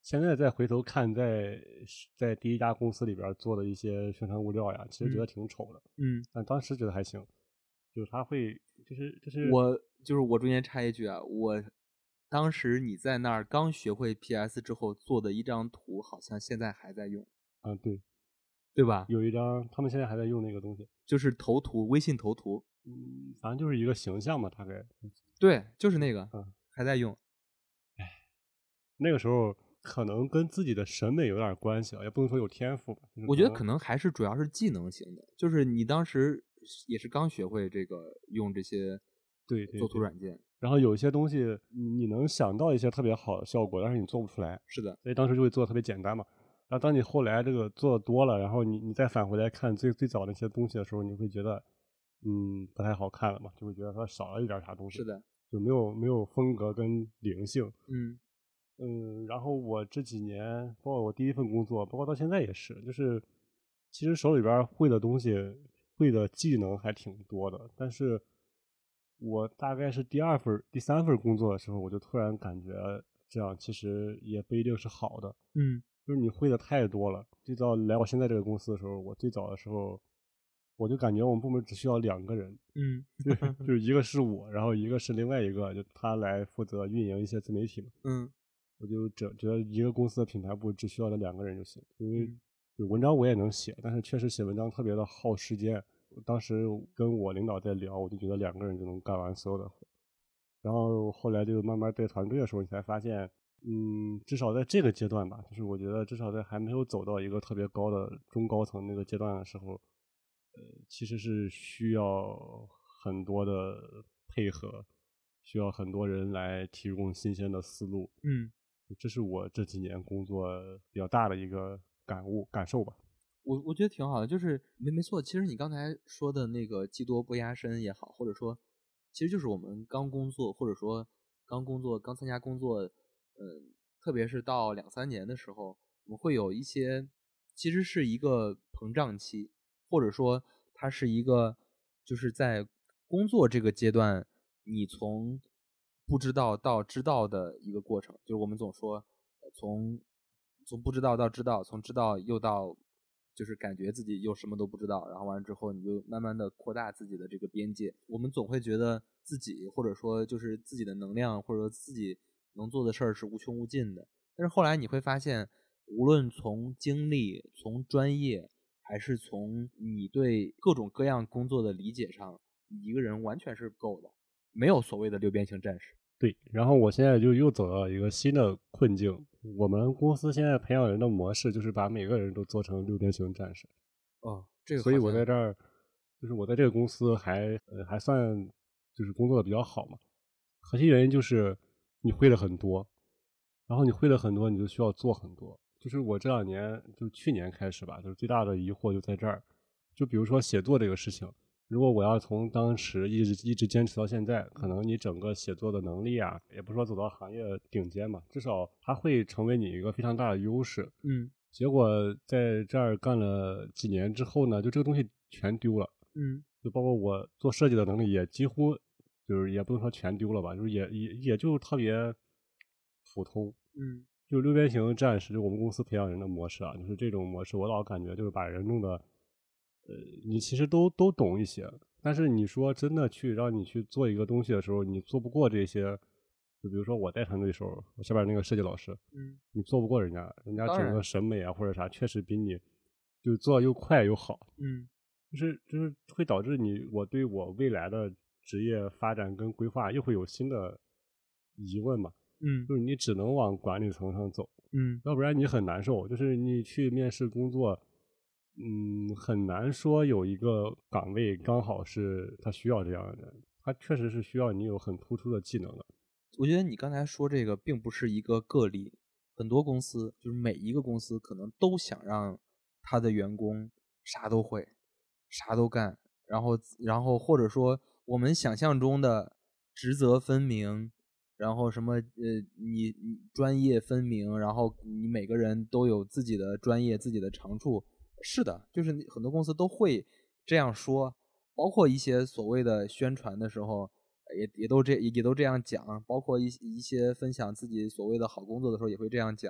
[SPEAKER 3] 现在再回头看在在第一家公司里边做的一些宣传物料呀，其实觉得挺丑的，
[SPEAKER 1] 嗯，
[SPEAKER 3] 但当时觉得还行，就是他会就是就是
[SPEAKER 1] 我就是我中间插一句啊，我当时你在那儿刚学会 P S 之后做的一张图，好像现在还在用，
[SPEAKER 3] 啊对，
[SPEAKER 1] 对吧？
[SPEAKER 3] 有一张他们现在还在用那个东西，
[SPEAKER 1] 就是头图，微信头图，
[SPEAKER 3] 嗯，反正就是一个形象嘛，大概，
[SPEAKER 1] 对，就是那个，
[SPEAKER 3] 嗯，
[SPEAKER 1] 还在用。
[SPEAKER 3] 那个时候可能跟自己的审美有点关系啊，也不能说有天赋吧。就是
[SPEAKER 1] 我觉得可能还是主要是技能型的，就是你当时也是刚学会这个用这些
[SPEAKER 3] 对对
[SPEAKER 1] 做图软件，
[SPEAKER 3] 然后有一些东西你能想到一些特别好的效果，但是你做不出来，
[SPEAKER 1] 是的，
[SPEAKER 3] 所以当时就会做的特别简单嘛。然后当你后来这个做的多了，然后你你再返回来看最最早那些东西的时候，你会觉得嗯不太好看了嘛，就会觉得它少了一点啥东西，
[SPEAKER 1] 是的，
[SPEAKER 3] 就没有没有风格跟灵性。
[SPEAKER 1] 嗯
[SPEAKER 3] 嗯，然后我这几年，包括我第一份工作，包括到现在也是，就是其实手里边会的东西、会的技能还挺多的，但是我大概是第二份、第三份工作的时候，我就突然感觉这样其实也不一定是好的，
[SPEAKER 1] 嗯
[SPEAKER 3] 就是你会的太多了。最早来我现在这个公司的时候，我最早的时候，我就感觉我们部门只需要两个人，
[SPEAKER 1] 嗯
[SPEAKER 3] 就就是一个是我，然后一个是另外一个，就他来负责运营一些自媒体嘛。
[SPEAKER 1] 嗯
[SPEAKER 3] 我就觉觉得一个公司的品牌部只需要那两个人就行，因为
[SPEAKER 1] 嗯
[SPEAKER 3] 就文章我也能写，但是确实写文章特别的耗时间。当时跟我领导在聊，我就觉得两个人就能干完所有的活。然后后来就慢慢带团队的时候，你才发现，嗯，至少在这个阶段吧，就是我觉得至少在还没有走到一个特别高的中高层那个阶段的时候，呃，其实是需要很多的配合，需要很多人来提供新鲜的思路。
[SPEAKER 1] 嗯，
[SPEAKER 3] 这是我这几年工作比较大的一个感悟感受吧。
[SPEAKER 1] 我我觉得挺好的，就是没没错。其实你刚才说的那个技多不压身也好，或者说，其实就是我们刚工作，或者说刚工作、刚参加工作，嗯，特别是到两三年的时候，我们会有一些，其实是一个膨胀期，或者说它是一个，就是在工作这个阶段，你从不知道到知道的一个过程。就是我们总说，呃从从不知道到知道，从知道又到。就是感觉自己又什么都不知道，然后完了之后，你就慢慢的扩大自己的这个边界。我们总会觉得自己或者说就是自己的能量，或者说自己能做的事儿是无穷无尽的。但是后来你会发现，无论从经历、从专业，还是从你对各种各样工作的理解上，你一个人完全是够的，没有所谓的六边形战士。
[SPEAKER 3] 对，然后我现在就又走到一个新的困境。我们公司现在培养人的模式就是把每个人都做成六边形战士。
[SPEAKER 1] 哦，这个
[SPEAKER 3] 所以
[SPEAKER 1] 好像
[SPEAKER 3] 我在这儿，就是我在这个公司还呃还算就是工作的比较好嘛。核心原因就是你会了很多，然后你会了很多，你就需要做很多。就是我这两年，就去年开始吧，就是最大的疑惑就在这儿。就比如说写作这个事情，如果我要从当时一直一直坚持到现在，可能你整个写作的能力啊，也不是说走到行业顶尖嘛，至少它会成为你一个非常大的优势。
[SPEAKER 1] 嗯
[SPEAKER 3] 结果在这儿干了几年之后呢，就这个东西全丢了。
[SPEAKER 1] 嗯
[SPEAKER 3] 就包括我做设计的能力也几乎就是也不能说全丢了吧，就是也也也就特别普通。
[SPEAKER 1] 嗯
[SPEAKER 3] 就六边形战士，就我们公司培养人的模式啊，就是这种模式，我老感觉就是把人弄得，呃，你其实都都懂一些，但是你说真的去让你去做一个东西的时候，你做不过这些。就比如说我带团队的时候，我下边那个设计老师，
[SPEAKER 1] 嗯，
[SPEAKER 3] 你做不过人家，人家
[SPEAKER 1] 当然
[SPEAKER 3] 整个审美啊或者啥，确实比你就做又快又好。
[SPEAKER 1] 嗯
[SPEAKER 3] 就是就是会导致你我对我未来的职业发展跟规划又会有新的疑问嘛。
[SPEAKER 1] 嗯
[SPEAKER 3] 就是你只能往管理层上走，
[SPEAKER 1] 嗯
[SPEAKER 3] 要不然你很难受。就是你去面试工作，嗯，很难说有一个岗位刚好是他需要这样的人，他确实是需要你有很突出的技能的。
[SPEAKER 1] 我觉得你刚才说这个并不是一个个例，很多公司就是每一个公司可能都想让他的员工啥都会，啥都干，然后然后或者说我们想象中的职责分明，然后什么呃你你专业分明，然后你每个人都有自己的专业自己的长处，是的，就是很多公司都会这样说，包括一些所谓的宣传的时候。也也都这也都这样讲，包括一一些分享自己所谓的好工作的时候也会这样讲。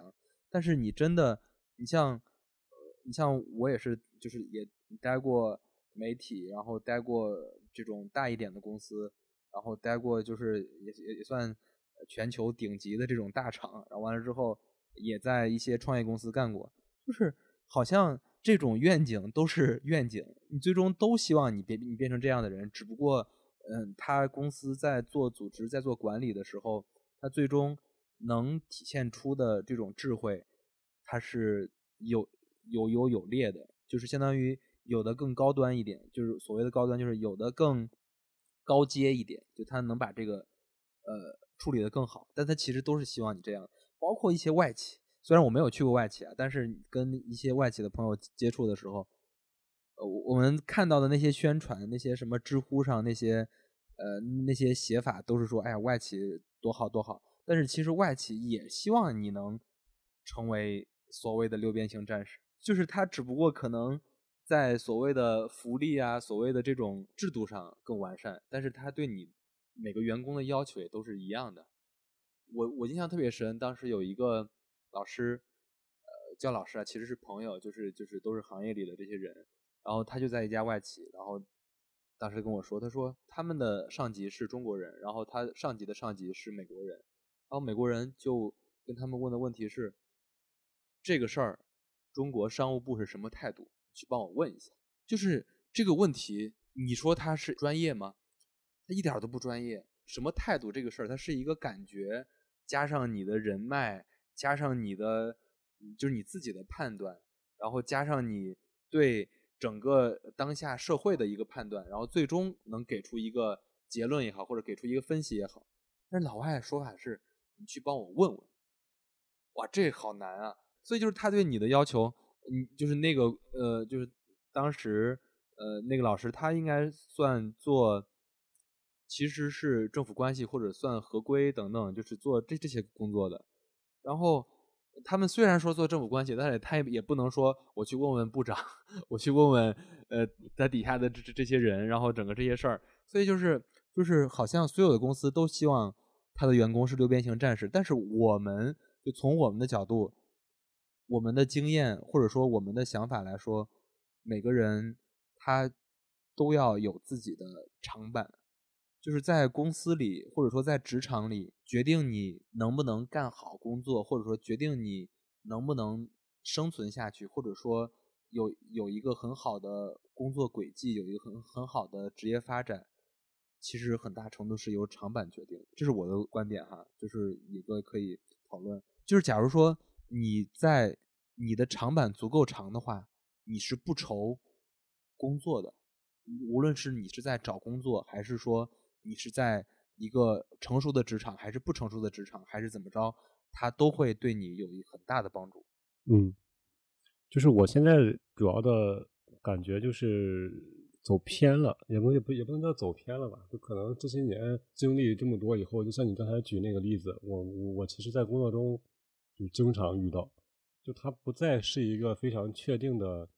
[SPEAKER 1] 但是你真的，你像，呃，你像我也是，就是也待过媒体，然后待过这种大一点的公司，然后待过就是也也也算全球顶级的这种大厂，然后完了之后也在一些创业公司干过，就是好像这种愿景都是愿景，你最终都希望你变你变成这样的人，只不过，嗯，他公司在做组织、在做管理的时候，他最终能体现出的这种智慧，它是有有优有劣的，就是相当于有的更高端一点，就是所谓的高端，就是有的更高阶一点，就他能把这个呃处理得更好，但他其实都是希望你这样，包括一些外企。虽然我没有去过外企啊，但是跟一些外企的朋友接触的时候，呃，我们看到的那些宣传，那些什么知乎上那些，呃，那些写法都是说，哎呀，外企多好多好。但是其实外企也希望你能成为所谓的六边形战士，就是他只不过可能在所谓的福利啊，所谓的这种制度上更完善，但是他对你每个员工的要求也都是一样的。我我印象特别深，当时有一个老师，呃，叫老师啊，其实是朋友，就是就是都是行业里的这些人，然后他就在一家外企，然后当时跟我说，他说他们的上级是中国人，然后他上级的上级是美国人，然后美国人就跟他们问的问题是，这个事儿中国商务部是什么态度？去帮我问一下。就是这个问题，你说他是专业吗？他一点都不专业。什么态度这个事儿，它是一个感觉，加上你的人脉，加上你的就是你自己的判断，然后加上你对整个当下社会的一个判断，然后最终能给出一个结论也好，或者给出一个分析也好。但是老外说法是，你去帮我问问。哇，这好难啊！所以就是他对你的要求，嗯，就是那个呃，就是当时呃那个老师他应该算做，其实是政府关系或者算合规等等，就是做这这些工作的。然后他们虽然说做政府关系，但是他也也不能说我去问问部长，我去问问呃他底下的这这这些人，然后整个这些事儿。所以就是就是好像所有的公司都希望他的员工是六边形战士，但是我们就从我们的角度，我们的经验或者说我们的想法来说，每个人他都要有自己的长板，就是在公司里或者说在职场里，决定你能不能干好工作，或者说决定你能不能生存下去，或者说有有一个很好的工作轨迹，有一个很很好的职业发展，其实很大程度是由长板决定的。这是我的观点哈，就是一个可以讨论。就是假如说你在你的长板足够长的话，你是不愁工作的，无论是你是在找工作，还是说你是在一个成熟的职场，还是不成熟的职场，还是怎么着，它都会对你有一很大的帮助。
[SPEAKER 3] 嗯，就是我现在主要的感觉就是走偏了，也不也不也不能叫走偏了吧，就可能这些年经历这么多以后，就像你刚才举那个例子，我我我其实在工作中就经常遇到，就它不再是一个非常确定的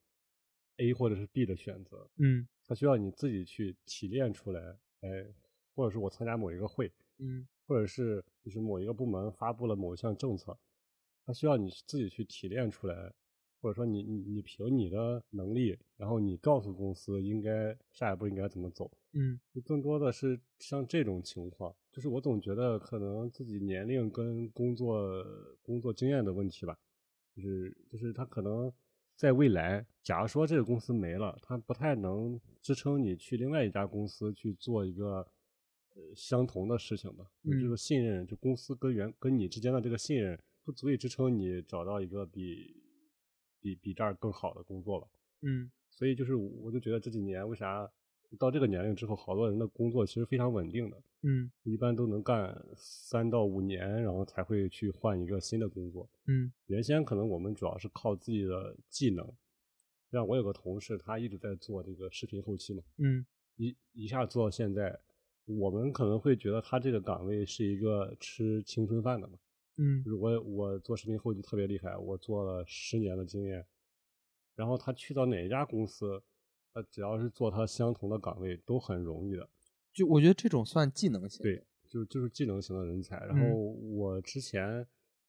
[SPEAKER 3] A 或者是 B 的选择，
[SPEAKER 1] 嗯
[SPEAKER 3] 它需要你自己去提炼出来，哎，或者是我参加某一个会，
[SPEAKER 1] 嗯
[SPEAKER 3] 或者是就是某一个部门发布了某一项政策，它需要你自己去提炼出来，或者说你你你凭你的能力，然后你告诉公司应该下一步应该怎么走，
[SPEAKER 1] 嗯
[SPEAKER 3] 就更多的是像这种情况，就是我总觉得可能自己年龄跟工作工作经验的问题吧，就是就是他可能在未来，假如说这个公司没了，它不太能支撑你去另外一家公司去做一个呃相同的事情吧，就这个信任，就公司跟员跟你之间的这个信任不足以支撑你找到一个比比比这儿更好的工作吧。
[SPEAKER 1] 嗯
[SPEAKER 3] 所以就是我就觉得这几年为啥到这个年龄之后，好多人的工作其实非常稳定的，
[SPEAKER 1] 嗯
[SPEAKER 3] 一般都能干三到五年，然后才会去换一个新的工作。
[SPEAKER 1] 嗯
[SPEAKER 3] 原先可能我们主要是靠自己的技能，像我有个同事，他一直在做这个视频后期嘛，
[SPEAKER 1] 嗯
[SPEAKER 3] 一一下做到现在，我们可能会觉得他这个岗位是一个吃青春饭的嘛。
[SPEAKER 1] 嗯
[SPEAKER 3] 就是我我做视频后期特别厉害，我做了十年的经验，然后他去到哪一家公司，他只要是做他相同的岗位都很容易的。
[SPEAKER 1] 就我觉得这种算技能型的。
[SPEAKER 3] 对，就就是技能型的人才。然后
[SPEAKER 1] 嗯
[SPEAKER 3] 我之前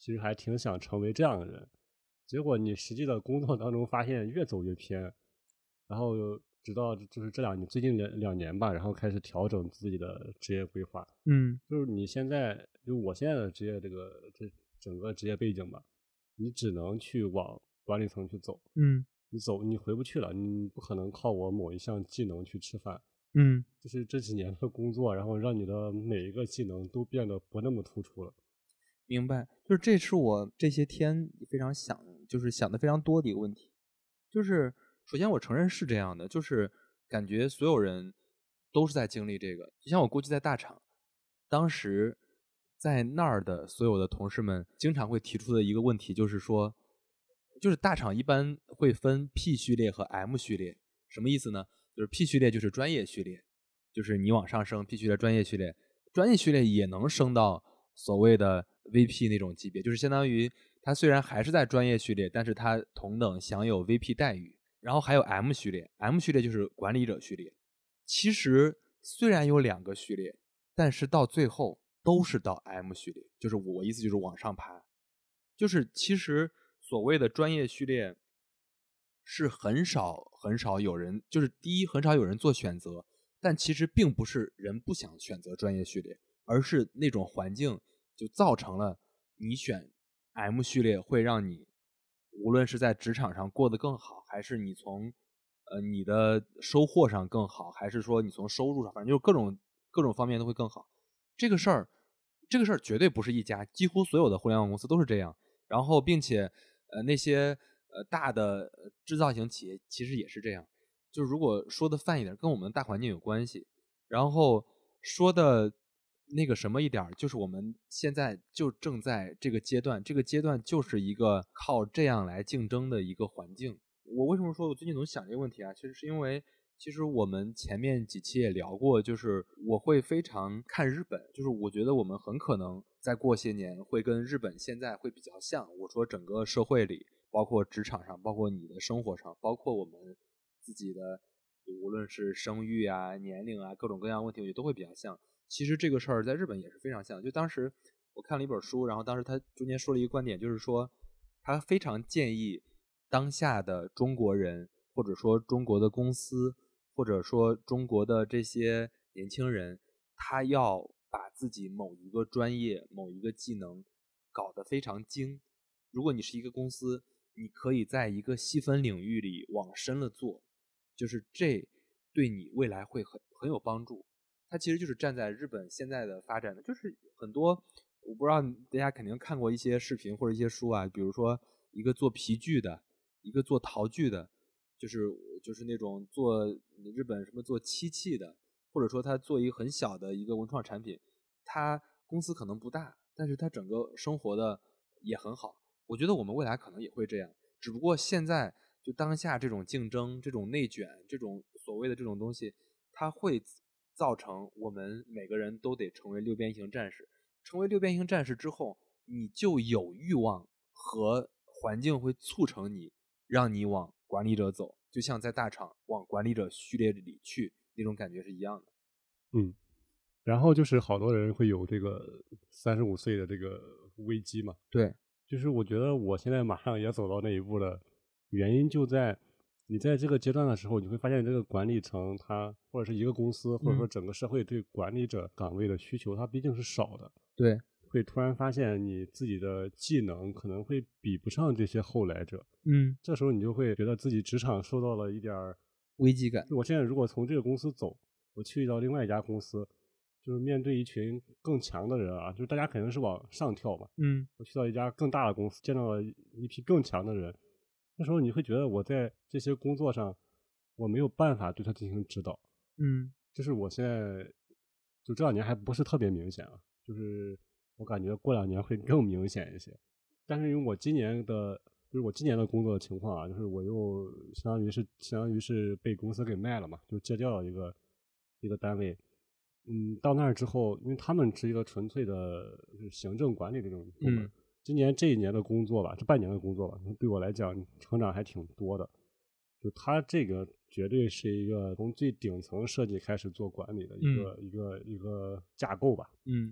[SPEAKER 3] 其实还挺想成为这样的人，结果你实际的工作当中发现越走越偏，然后直到就是这两年最近两两年吧，然后开始调整自己的职业规划。
[SPEAKER 1] 嗯，
[SPEAKER 3] 就是你现在就我现在的职业这个这整个职业背景吧，你只能去往管理层去走。
[SPEAKER 1] 嗯，
[SPEAKER 3] 你走你回不去了，你不可能靠我某一项技能去吃饭。
[SPEAKER 1] 嗯，
[SPEAKER 3] 就是这几年的工作，然后让你的每一个技能都变得不那么突出了。
[SPEAKER 1] 明白，就是这是我这些天非常想，就是想的非常多的一个问题。就是首先我承认是这样的，就是感觉所有人都是在经历这个。就像我过去在大厂，当时在那儿的所有的同事们经常会提出的一个问题，就是说，就是大厂一般会分 P 序列和 M 序列，什么意思呢？就是 P 序列就是专业序列，就是你往上升 P 序列专业序列，专业序列也能升到所谓的 V P 那种级别，就是相当于它虽然还是在专业序列，但是它同等享有 V P 待遇。然后还有 M 序列 ，M 序列就是管理者序列。其实虽然有两个序列，但是到最后都是到 M 序列，就是我意思就是往上爬。就是其实所谓的专业序列是很少很少有人，就是第一很少有人做选择，但其实并不是人不想选择专业序列，而是那种环境就造成了你选 M 序列会让你无论是在职场上过得更好，还是你从呃你的收获上更好，还是说你从收入上，反正就是各种各种方面都会更好。这个事儿，这个事儿绝对不是一家，几乎所有的互联网公司都是这样。然后，并且呃那些呃大的制造型企业其实也是这样。就是如果说的泛一点，跟我们的大环境有关系。然后说的那个什么一点，就是我们现在就正在这个阶段，这个阶段就是一个靠这样来竞争的一个环境。我为什么说我最近总想这个问题啊？其实是因为，其实我们前面几期也聊过，就是我会非常看日本，就是我觉得我们很可能再过些年会跟日本现在会比较像。我说整个社会里，包括职场上，包括你的生活上，包括我们自己的，无论是生育啊、年龄啊，各种各样问题，我觉得都会比较像。其实这个事儿在日本也是非常像。就当时我看了一本书，然后当时他中间说了一个观点，就是说他非常建议当下的中国人，或者说中国的公司，或者说中国的这些年轻人，他要把自己某一个专业、某一个技能搞得非常精。如果你是一个公司，你可以在一个细分领域里往深了做，就是这对你未来会很很有帮助。它其实就是站在日本现在的发展的，就是很多我不知道大家肯定看过一些视频或者一些书啊，比如说一个做皮具的，一个做陶具的，就是就是那种做日本什么做漆器的，或者说他做一个很小的一个文创产品，他公司可能不大，但是他整个生活的也很好。我觉得我们未来可能也会这样，只不过现在就当下这种竞争、这种内卷、这种所谓的这种东西，它会造成我们每个人都得成为六边形战士。成为六边形战士之后，你就有欲望和环境会促成你，让你往管理者走，就像在大厂往管理者序列里去那种感觉是一样的。
[SPEAKER 3] 嗯，然后就是好多人会有这个三十五岁的这个危机嘛。
[SPEAKER 1] 对，
[SPEAKER 3] 就是我觉得我现在马上也走到那一步了，原因就在你在这个阶段的时候，你会发现这个管理层它或者是一个公司，或者说整个社会对管理者岗位的需求，它毕竟是少的。
[SPEAKER 1] 对，
[SPEAKER 3] 会突然发现你自己的技能可能会比不上这些后来者。
[SPEAKER 1] 嗯，
[SPEAKER 3] 这时候你就会觉得自己职场受到了一点
[SPEAKER 1] 危机感。
[SPEAKER 3] 我现在如果从这个公司走，我去到另外一家公司，就是面对一群更强的人啊，就是大家肯定是往上跳嘛。
[SPEAKER 1] 嗯，
[SPEAKER 3] 我去到一家更大的公司，见到了一批更强的人，那时候你会觉得我在这些工作上，我没有办法对他进行指导。
[SPEAKER 1] 嗯，
[SPEAKER 3] 就是我现在就这两年还不是特别明显啊，就是我感觉过两年会更明显一些。但是因为我今年的，就是我今年的工作的情况啊，就是我又相当于是相当于是被公司给卖了嘛，就借调了一个一个单位。嗯，到那儿之后，因为他们是一个纯粹的就是行政管理这种部门。嗯，今年这一年的工作吧，这半年的工作吧，对我来讲成长还挺多的。就他这个绝对是一个从最顶层设计开始做管理的一个、嗯、一个一个架构吧。
[SPEAKER 1] 嗯，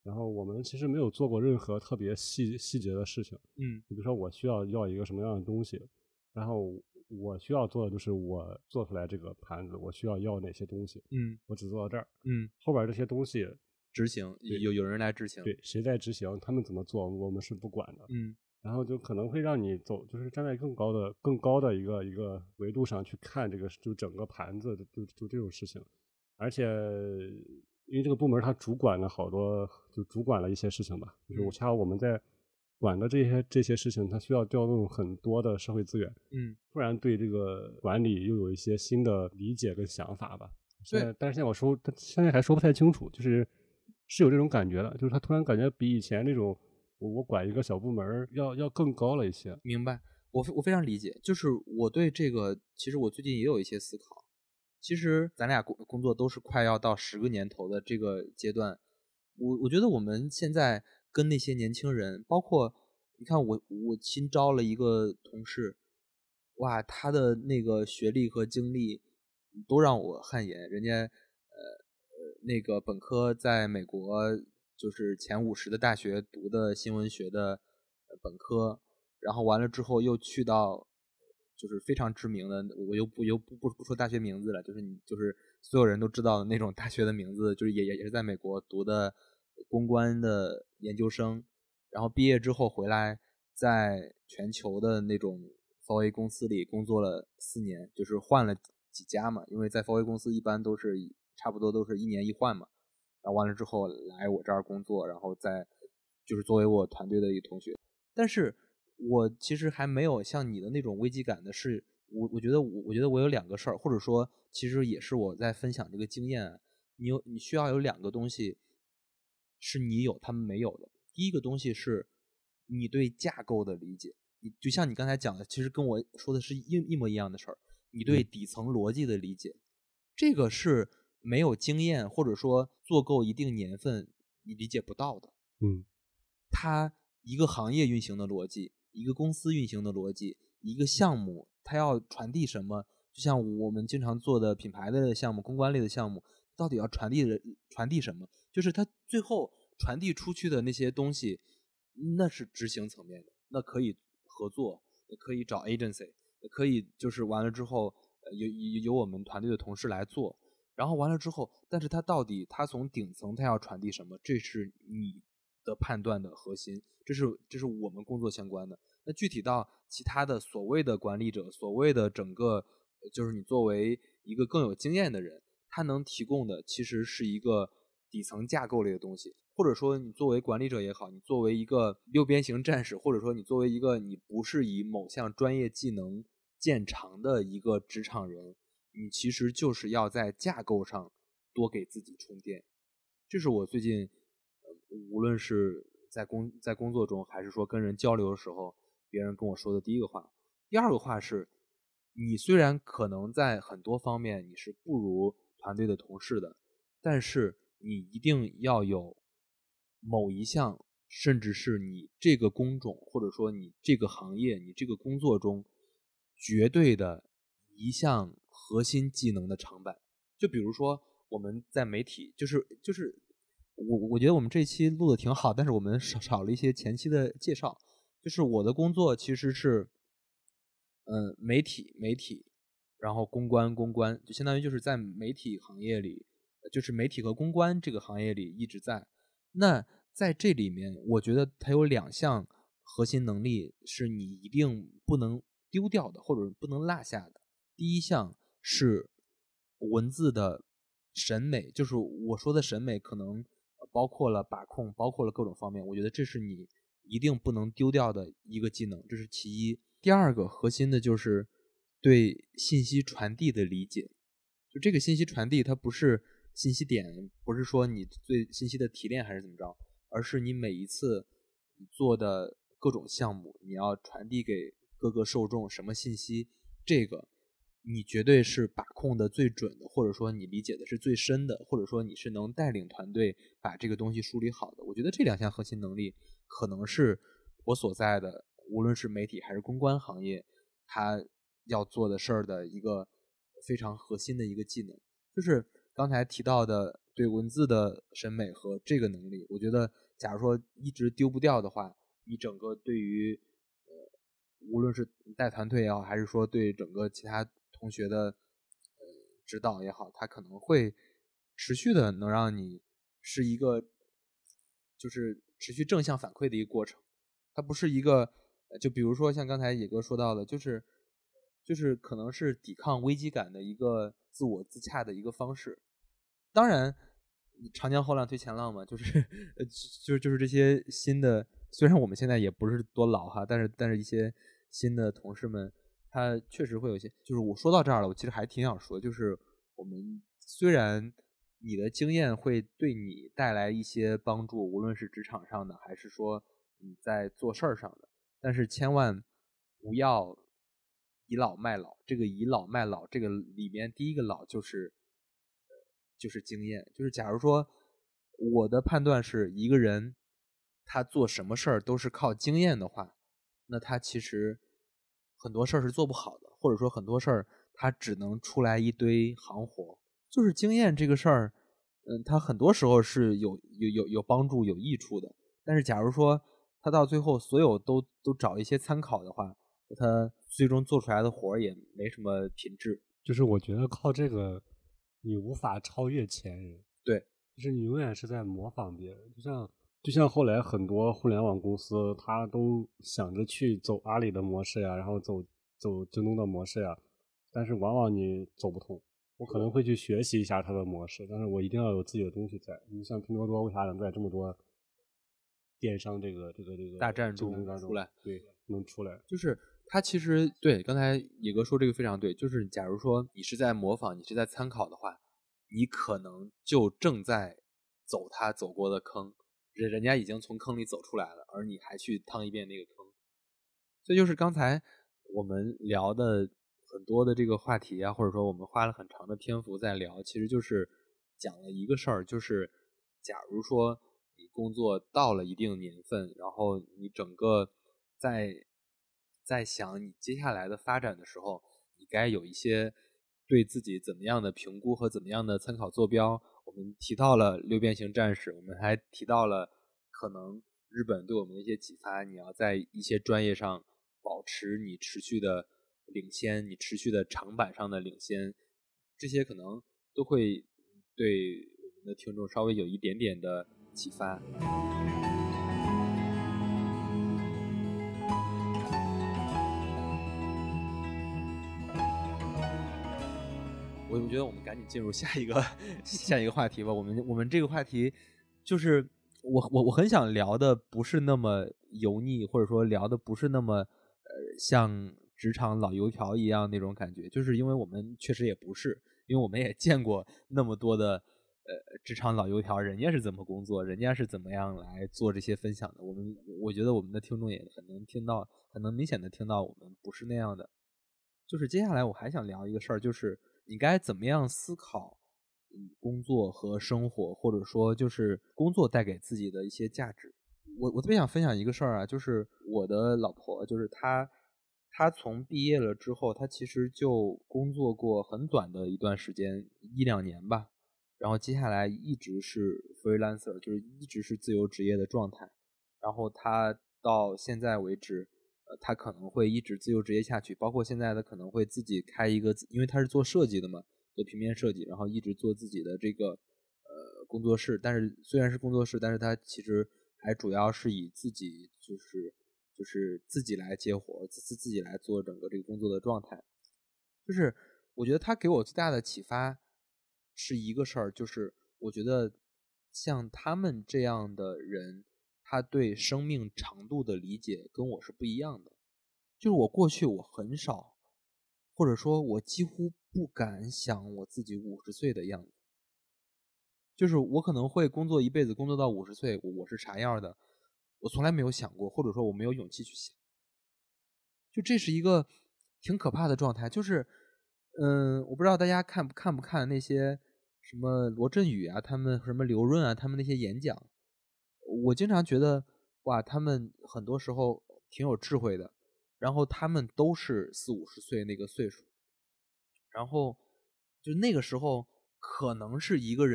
[SPEAKER 3] 然后我们其实没有做过任何特别细细节的事情。
[SPEAKER 1] 嗯，
[SPEAKER 3] 比如说我需要要一个什么样的东西，然后我需要做的就是我做出来这个盘子，我需要要哪些东西，
[SPEAKER 1] 嗯，
[SPEAKER 3] 我只做到这儿，
[SPEAKER 1] 嗯，
[SPEAKER 3] 后边这些东西
[SPEAKER 1] 执行有有人来执行，
[SPEAKER 3] 对，谁在执行，他们怎么做，我们是不管的。
[SPEAKER 1] 嗯，
[SPEAKER 3] 然后就可能会让你走，就是站在更高的、更高的一个一个维度上去看这个，就整个盘子，就就这种事情。而且，因为这个部门它主管了好多，就主管了一些事情吧。就是我恰好我们在管的这些这些事情，它需要调动很多的社会资源，
[SPEAKER 1] 嗯，
[SPEAKER 3] 突然对这个管理又有一些新的理解跟想法吧。
[SPEAKER 1] 对，
[SPEAKER 3] 但是现在我说，他现在还说不太清楚，就是是有这种感觉的，就是他突然感觉比以前那种。我我管一个小部门要要更高了一些。
[SPEAKER 1] 明白，我我非常理解，就是我对这个，其实我最近也有一些思考。其实咱俩工工作都是快要到十个年头的这个阶段，我我觉得我们现在跟那些年轻人，包括你看我我新招了一个同事，哇，他的那个学历和经历都让我汗颜，人家呃呃那个本科在美国。就是前五十的大学读的新闻学的本科，然后完了之后又去到就是非常知名的，我又不又不不不说大学名字了，就是你就是所有人都知道的那种大学的名字，就是也也也是在美国读的公关的研究生，然后毕业之后回来，在全球的那种 four A 公司里工作了四年，就是换了几家嘛，因为在 four A 公司一般都是差不多都是一年一换嘛。然后完了之后来我这儿工作，然后再就是作为我团队的一个同学，但是我其实还没有像你的那种危机感的是，我我觉得我我觉得我有两个事儿，或者说其实也是我在分享这个经验，你有你需要有两个东西是你有他们没有的。第一个东西是你对架构的理解，你就像你刚才讲的，其实跟我说的是一一模一样的事儿，你对底层逻辑的理解，这个是。没有经验或者说做够一定年份你理解不到的。
[SPEAKER 3] 嗯，
[SPEAKER 1] 它一个行业运行的逻辑，一个公司运行的逻辑，一个项目它要传递什么，就像我们经常做的品牌的项目、公关类的项目，到底要传递的传递什么，就是它最后传递出去的那些东西，那是执行层面的，那可以合作，可以找 agency， 可以就是完了之后有有有我们团队的同事来做。然后完了之后，但是它到底它从顶层它要传递什么，这是你的判断的核心，这是这是我们工作相关的。那具体到其他的所谓的管理者，所谓的整个就是你作为一个更有经验的人，他能提供的其实是一个底层架构类的东西，或者说你作为管理者也好，你作为一个六边形战士，或者说你作为一个你不是以某项专业技能见长的一个职场人。你其实就是要在架构上多给自己充电，这是我最近，呃、无论是在工在工作中，还是说跟人交流的时候，别人跟我说的第一个话。第二个话是，你虽然可能在很多方面你是不如团队的同事的，但是你一定要有某一项，甚至是你这个工种，或者说你这个行业，你这个工作中绝对的一项核心技能的长板。就比如说我们在媒体，就是就是我我觉得我们这期录的挺好，但是我们少少了一些前期的介绍。就是我的工作其实是嗯媒体媒体然后公关公关，就相当于就是在媒体行业里，就是媒体和公关这个行业里一直在。那在这里面我觉得它有两项核心能力是你一定不能丢掉的，或者不能落下的。第一项是文字的审美，就是我说的审美可能包括了把控，包括了各种方面，我觉得这是你一定不能丢掉的一个技能，这是其一。第二个核心的就是对信息传递的理解，就这个信息传递它不是信息点，不是说你对信息的提炼还是怎么着，而是你每一次你做的各种项目，你要传递给各个受众什么信息，这个你绝对是把控的最准的，或者说你理解的是最深的，或者说你是能带领团队把这个东西梳理好的。我觉得这两项核心能力可能是我所在的无论是媒体还是公关行业它要做的事儿的一个非常核心的一个技能。就是刚才提到的对文字的审美和这个能力，我觉得假如说一直丢不掉的话，你整个对于呃无论是带团队也好，还是说对整个其他同学的呃指导也好，它可能会持续的能让你是一个就是持续正向反馈的一个过程。它不是一个就比如说像刚才野哥说到的，就是就是可能是抵抗危机感的一个自我自洽的一个方式。当然长江后浪推前浪嘛，就是呃就就是这些新的，虽然我们现在也不是多老哈，但是但是一些新的同事们，他确实会有一些，就是我说到这儿了，我其实还挺想说，就是我们虽然你的经验会对你带来一些帮助，无论是职场上的，还是说你在做事儿上的，但是千万不要倚老卖老。这个倚老卖老，这个里面第一个老就是就是经验。就是假如说我的判断是一个人他做什么事儿都是靠经验的话，那他其实很多事儿是做不好的，或者说很多事儿他只能出来一堆行活。就是经验这个事儿，嗯，它很多时候是有有有有帮助、有益处的。但是假如说他到最后所有都都找一些参考的话，他最终做出来的活儿也没什么品质。
[SPEAKER 3] 就是我觉得靠这个，你无法超越前人。
[SPEAKER 1] 对，
[SPEAKER 3] 就是你永远是在模仿别人。就像就像后来很多互联网公司，他都想着去走阿里的模式呀，然后走走京东的模式呀，但是往往你走不通。我可能会去学习一下它的模式，但是我一定要有自己的东西在。你像拼多多为啥能在这么多电商这个这个这个
[SPEAKER 1] 大战中
[SPEAKER 3] 竞争当中
[SPEAKER 1] 出来，
[SPEAKER 3] 对，能出来？
[SPEAKER 1] 就是它其实对刚才野哥说这个非常对，就是假如说你是在模仿，你是在参考的话，你可能就正在走他走过的坑，人人家已经从坑里走出来了，而你还去趟一遍那个坑。这就是刚才我们聊的很多的这个话题啊，或者说我们花了很长的篇幅在聊，其实就是讲了一个事儿，就是假如说你工作到了一定年份，然后你整个在在想你接下来的发展的时候，你该有一些对自己怎么样的评估和怎么样的参考坐标。我们提到了六边形战士，我们还提到了可能日本对我们的一些启发，你要在一些专业上保持你持续的领先，你持续的长板上的领先，这些可能都会对我们的听众稍微有一点点的启发。我觉得我们赶紧进入下一个下一个话题吧。我们我们这个话题就是我我我很想聊的不是那么油腻，或者说聊的不是那么呃像职场老油条一样那种感觉，就是因为我们确实也不是，因为我们也见过那么多的呃职场老油条，人家是怎么工作，人家是怎么样来做这些分享的。我们我觉得我们的听众也很能听到，很能明显的听到我们不是那样的。就是接下来我还想聊一个事儿，就是你该怎么样思考嗯工作和生活，或者说就是工作带给自己的一些价值。我我特别想分享一个事儿啊，就是我的老婆，就是她她从毕业了之后，她其实就工作过很短的一段时间，一两年吧，然后接下来一直是 freelancer， 就是一直是自由职业的状态，然后她到现在为止呃，他可能会一直自由职业下去，包括现在他可能会自己开一个，因为他是做设计的嘛，做平面设计，然后一直做自己的这个呃工作室。但是虽然是工作室，但是他其实还主要是以自己就是就是自己来接活，自自己来做整个这个工作的状态。就是我觉得他给我最大的启发是一个事儿，就是我觉得像他们这样的人，他对生命长度的理解跟我是不一样的。就是我过去我很少，或者说我几乎不敢想我自己五十岁的样子。就是我可能会工作一辈子，工作到五十岁，我我是啥样的，我从来没有想过，或者说我没有勇气去想。就这是一个挺可怕的状态，就是嗯，我不知道大家看不看不看那些什么罗振宇啊，他们什么刘润啊，他们那些演讲。我经常觉得哇，他们很多时候挺有智慧的，然后他们都是四五十岁那个岁数，然后就那个时候可能是一个人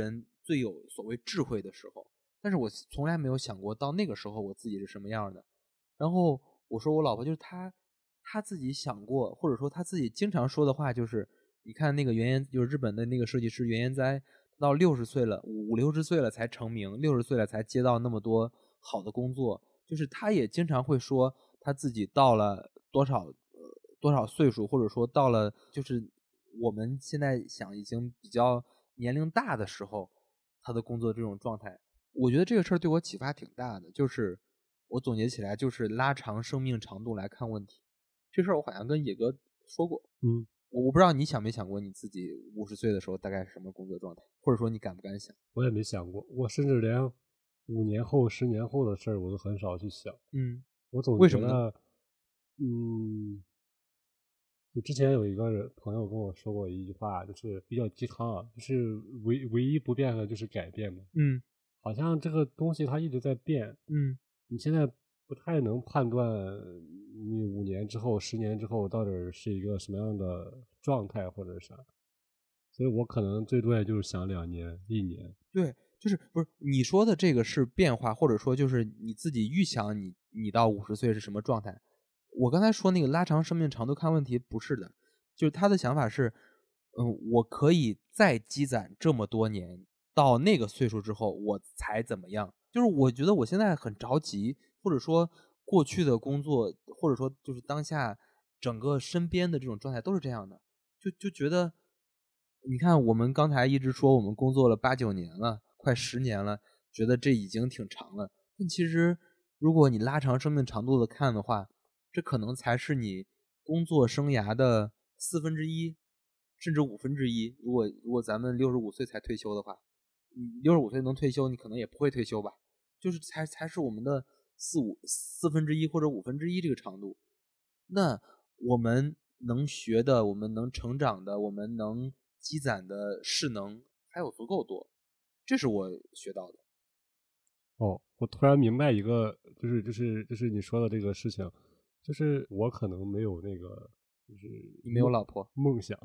[SPEAKER 1] 最有所谓智慧的时候，但是我从来没有想过到那个时候我自己是什么样的。然后我说我老婆就是她，她自己想过，或者说她自己经常说的话就是，你看那个原研，就是日本的那个设计师原研哉，到六十岁了，五六十岁了才成名，六十岁了才接到那么多好的工作，就是他也经常会说他自己到了多少呃多少岁数，或者说到了就是我们现在想已经比较年龄大的时候，他的工作这种状态，我觉得这个事儿对我启发挺大的，就是我总结起来就是拉长生命长度来看问题。这事儿我好像跟野哥说过，
[SPEAKER 3] 嗯，
[SPEAKER 1] 我我不知道你想没想过你自己五十岁的时候大概是什么工作状态，或者说你敢不敢想？
[SPEAKER 3] 我也没想过，我甚至连五年后、十年后的事儿我都很少去想。
[SPEAKER 1] 嗯，
[SPEAKER 3] 我总
[SPEAKER 1] 为什么呢？
[SPEAKER 3] 觉得，嗯，就之前有一个人朋友跟我说过一句话，就是比较鸡汤啊，就是唯唯一不变的就是改变嘛。
[SPEAKER 1] 嗯
[SPEAKER 3] 好像这个东西它一直在变，
[SPEAKER 1] 嗯
[SPEAKER 3] 你现在不太能判断你五年之后、十年之后到底是一个什么样的状态或者啥，所以我可能最多也就是想两年、一年。
[SPEAKER 1] 对，就是不是你说的这个是变化，或者说就是你自己预想你你到五十岁是什么状态。我刚才说那个拉长生命长度看问题不是的，就是他的想法是，嗯，我可以再积攒这么多年，到那个岁数之后我才怎么样？就是我觉得我现在很着急，或者说过去的工作，或者说就是当下整个身边的这种状态都是这样的，就就觉得，你看我们刚才一直说我们工作了八九年了，快十年了，觉得这已经挺长了。但其实如果你拉长生命长度的看的话，这可能才是你工作生涯的四分之一，甚至五分之一。如果如果咱们六十五岁才退休的话，你六十五岁能退休，你可能也不会退休吧？就是才才是我们的四五四分之一或者五分之一这个长度。那我们能学的，我们能成长的，我们能积攒的势能还有足够多，这是我学到的。
[SPEAKER 3] 哦，我突然明白一个，就是就是就是你说的这个事情，就是我可能没有那个，就是
[SPEAKER 1] 你没有老婆，
[SPEAKER 3] 梦想，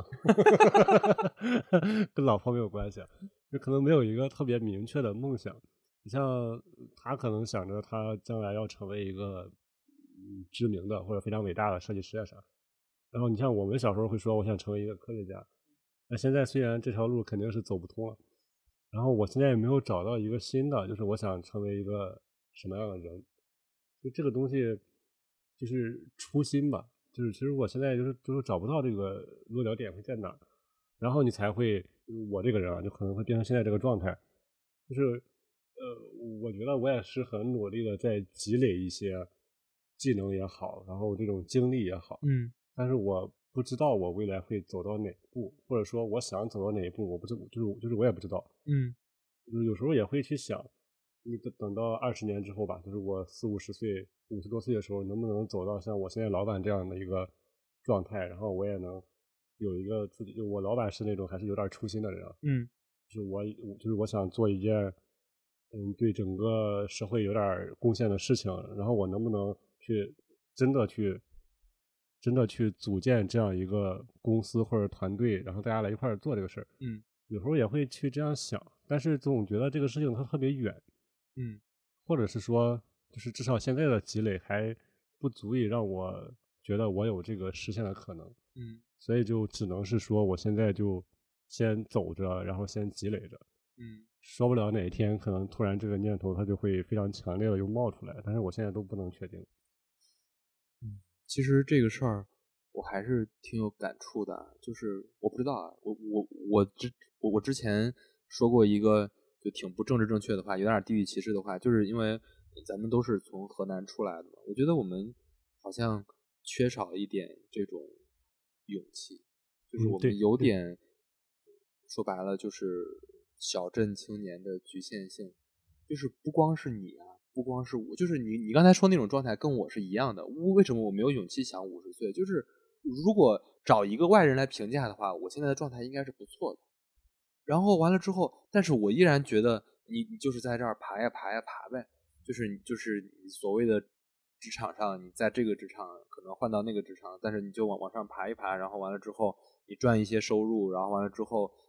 [SPEAKER 3] 跟老婆没有关系啊，就可能没有一个特别明确的梦想。你像他可能想着他将来要成为一个嗯知名的或者非常伟大的设计师啊啥，然后你像我们小时候会说我想成为一个科学家，那现在虽然这条路肯定是走不通了。然后我现在也没有找到一个新的，就是我想成为一个什么样的人，就这个东西就是初心吧，就是其实我现在就是就是找不到这个落脚点会在哪儿，然后你才会我这个人啊，就可能会变成现在这个状态，就是呃，我觉得我也是很努力的在积累一些技能也好，然后这种经历也好，
[SPEAKER 1] 嗯
[SPEAKER 3] 但是我不知道我未来会走到哪步，或者说我想走到哪一步，我不知就是就是我也不知道。
[SPEAKER 1] 嗯
[SPEAKER 3] 就是有时候也会去想，你等等到二十年之后吧，就是我四五十岁、五十多岁的时候，能不能走到像我现在老板这样的一个状态，然后我也能有一个自己，就我老板是那种还是有点初心的人啊，
[SPEAKER 1] 嗯
[SPEAKER 3] 就是我就是我想做一件嗯对整个社会有点贡献的事情，然后我能不能去真的去真的去组建这样一个公司或者团队，然后大家来一块儿做这个事儿。
[SPEAKER 1] 嗯
[SPEAKER 3] 有时候也会去这样想，但是总觉得这个事情它特别远，
[SPEAKER 1] 嗯
[SPEAKER 3] 或者是说，就是至少现在的积累还不足以让我觉得我有这个实现的可能，
[SPEAKER 1] 嗯
[SPEAKER 3] 所以就只能是说我现在就先走着，然后先积累着，
[SPEAKER 1] 嗯
[SPEAKER 3] 说不了哪一天可能突然这个念头它就会非常强烈的又冒出来，但是我现在都不能确定。
[SPEAKER 1] 嗯，其实这个事儿我还是挺有感触的，就是我不知道啊，我我我之我我之前说过一个就挺不政治正确的话，有点地域歧视的话，就是因为咱们都是从河南出来的嘛，我觉得我们好像缺少一点这种勇气，就是
[SPEAKER 3] 嗯，对
[SPEAKER 1] 我们有
[SPEAKER 3] 对，
[SPEAKER 1] 点说白了就是小镇青年的局限性，就是不光是你啊，不光是我，就是你你刚才说那种状态跟我是一样的。为什么我没有勇气想五十岁？就是如果找一个外人来评价的话，我现在的状态应该是不错的。然后完了之后，但是我依然觉得你你就是在这儿爬呀爬呀爬呗，就是你就是你所谓的职场上，你在这个职场可能换到那个职场，但是你就往往上爬一爬，然后完了之后你赚一些收入，然后完了之后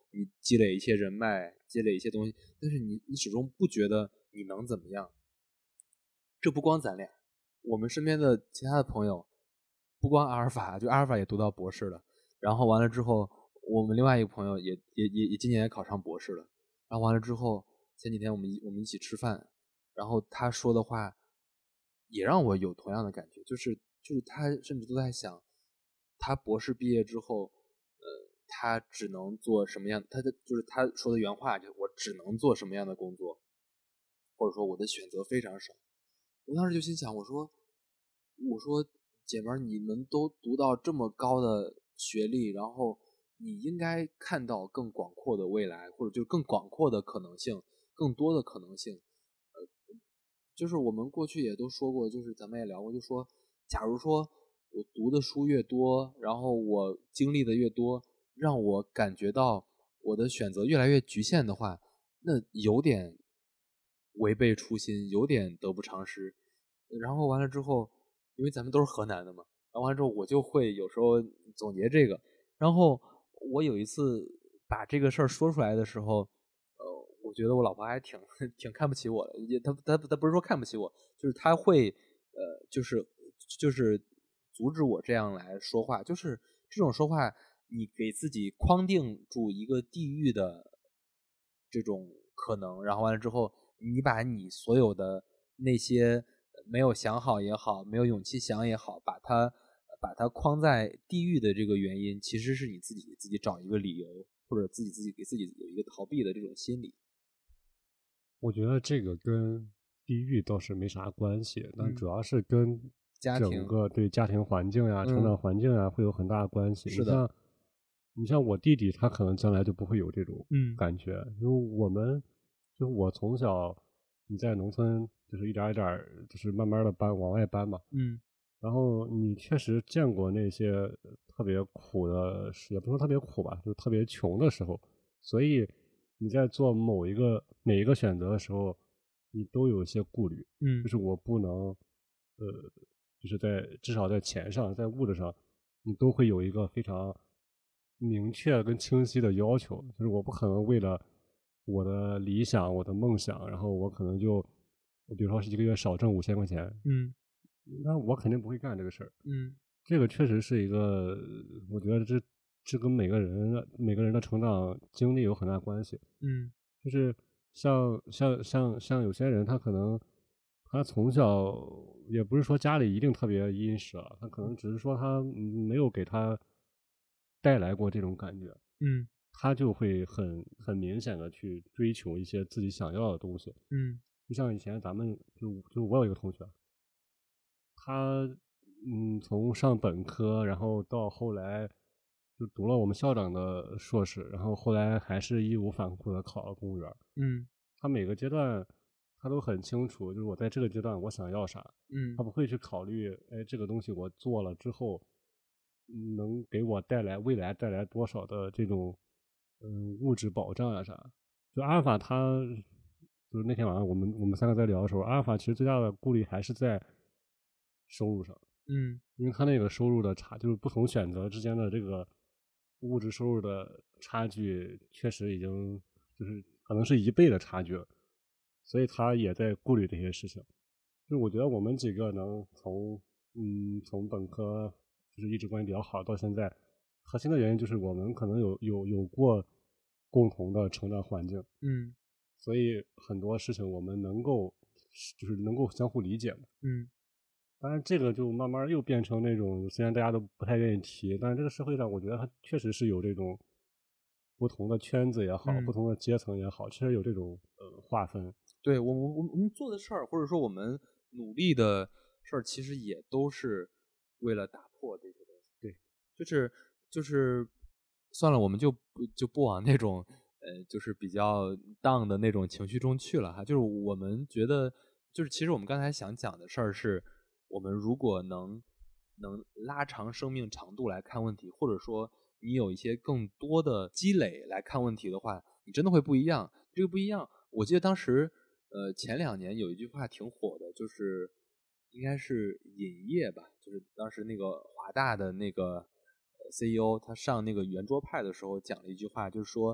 [SPEAKER 1] 你积累一些人脉，积累一些东西，但是你你始终不觉得你能怎么样。这不光咱俩，我们身边的其他的朋友，不光阿尔法，就阿尔法也读到博士了，然后完了之后，我们另外一个朋友也也也也今年也考上博士了，然后完了之后，前几天我们一我们一起吃饭，然后他说的话也让我有同样的感觉，就是就是他甚至都在想，他博士毕业之后，呃，他只能做什么样，他的就是他说的原话，就是我只能做什么样的工作，或者说我的选择非常少。我当时就心想，我说我说姐们儿，你们都读到这么高的学历，然后你应该看到更广阔的未来，或者就是更广阔的可能性，更多的可能性。呃，就是我们过去也都说过，就是咱们也聊过，就说假如说我读的书越多，然后我经历的越多，让我感觉到我的选择越来越局限的话，那有点违背初心，有点得不偿失。然后完了之后，因为咱们都是河南的嘛，然后完了之后我就会有时候总结这个。然后我有一次把这个事儿说出来的时候，呃，我觉得我老婆还挺挺看不起我的，也她她她不是说看不起我，就是她会呃就是就是阻止我这样来说话，就是这种说话，你给自己框定住一个地域的这种可能，然后完了之后，你把你所有的那些没有想好也好，没有勇气想也好，把它把它框在地域的这个原因，其实是你自己给自己找一个理由，或者自己自己给自己有一个逃避的这种心理。
[SPEAKER 3] 我觉得这个跟地域倒是没啥关系，但
[SPEAKER 1] 嗯
[SPEAKER 3] 主要是跟整
[SPEAKER 1] 家庭
[SPEAKER 3] 个对家庭环境呀、成
[SPEAKER 1] 嗯
[SPEAKER 3] 长环境呀会有很大的关系。
[SPEAKER 1] 是的
[SPEAKER 3] 你像，你像我弟弟，他可能将来就不会有这种
[SPEAKER 1] 嗯
[SPEAKER 3] 感觉，因为我们，就是我从小你在农村，就是一点儿一点儿，就是慢慢的搬往外搬嘛，
[SPEAKER 1] 嗯
[SPEAKER 3] 然后你确实见过那些特别苦的，也不是说特别苦吧，就特别穷的时候，所以你在做某一个每一个选择的时候，你都有一些顾虑，
[SPEAKER 1] 嗯
[SPEAKER 3] 就是我不能，呃，就是在至少在钱上，在物质上，你都会有一个非常明确跟清晰的要求，就是我不可能为了我的理想、我的梦想，然后我可能就，比如说是一个月少挣五千块钱，
[SPEAKER 1] 嗯
[SPEAKER 3] 那我肯定不会干这个事儿。
[SPEAKER 1] 嗯
[SPEAKER 3] 这个确实是一个，我觉得这这跟每个人的每个人的成长经历有很大关系。
[SPEAKER 1] 嗯
[SPEAKER 3] 就是像像像像有些人，他可能他从小也不是说家里一定特别殷实啊，他可能只是说他嗯没有给他带来过这种感觉，
[SPEAKER 1] 嗯
[SPEAKER 3] 他就会很很明显的去追求一些自己想要的东西。
[SPEAKER 1] 嗯
[SPEAKER 3] 就像以前咱们就就我有一个同学，他嗯从上本科，然后到后来就读了我们校长的硕士，然后后来还是义无反顾的考了公务员。
[SPEAKER 1] 嗯
[SPEAKER 3] 他每个阶段他都很清楚，就是我在这个阶段我想要啥，
[SPEAKER 1] 嗯
[SPEAKER 3] 他不会去考虑，哎，这个东西我做了之后，嗯能给我带来未来带来多少的这种嗯物质保障啊啥。就阿尔法他就是那天晚上我们我们三个在聊的时候，阿尔法其实最大的顾虑还是在收入上，
[SPEAKER 1] 嗯
[SPEAKER 3] 因为他那个收入的差，就是不同选择之间的这个物质收入的差距，确实已经就是可能是一倍的差距了，所以他也在顾虑这些事情。就是我觉得我们几个能从嗯从本科就是一直关系比较好到现在，核心的原因就是我们可能有有有过共同的成长环境，
[SPEAKER 1] 嗯
[SPEAKER 3] 所以很多事情我们能够就是能够相互理解嘛。
[SPEAKER 1] 嗯
[SPEAKER 3] 当然，这个就慢慢又变成那种，虽然大家都不太愿意提，但是这个社会上，我觉得它确实是有这种不同的圈子也好，
[SPEAKER 1] 嗯
[SPEAKER 3] 不同的阶层也好，确实有这种呃划分。
[SPEAKER 1] 对，我我我我们做的事儿，或者说我们努力的事儿，其实也都是为了打破这些东西。
[SPEAKER 3] 对，
[SPEAKER 1] 就是就是算了，我们就不就不往那种呃，就是比较 down 的那种情绪中去了哈。就是我们觉得，就是其实我们刚才想讲的事儿是，我们如果能能拉长生命长度来看问题，或者说你有一些更多的积累来看问题的话，你真的会不一样。这个不一样，我记得当时呃前两年有一句话挺火的，就是应该是尹烨吧，就是当时那个华大的那个 C E O，他上那个圆桌派的时候讲了一句话，就是说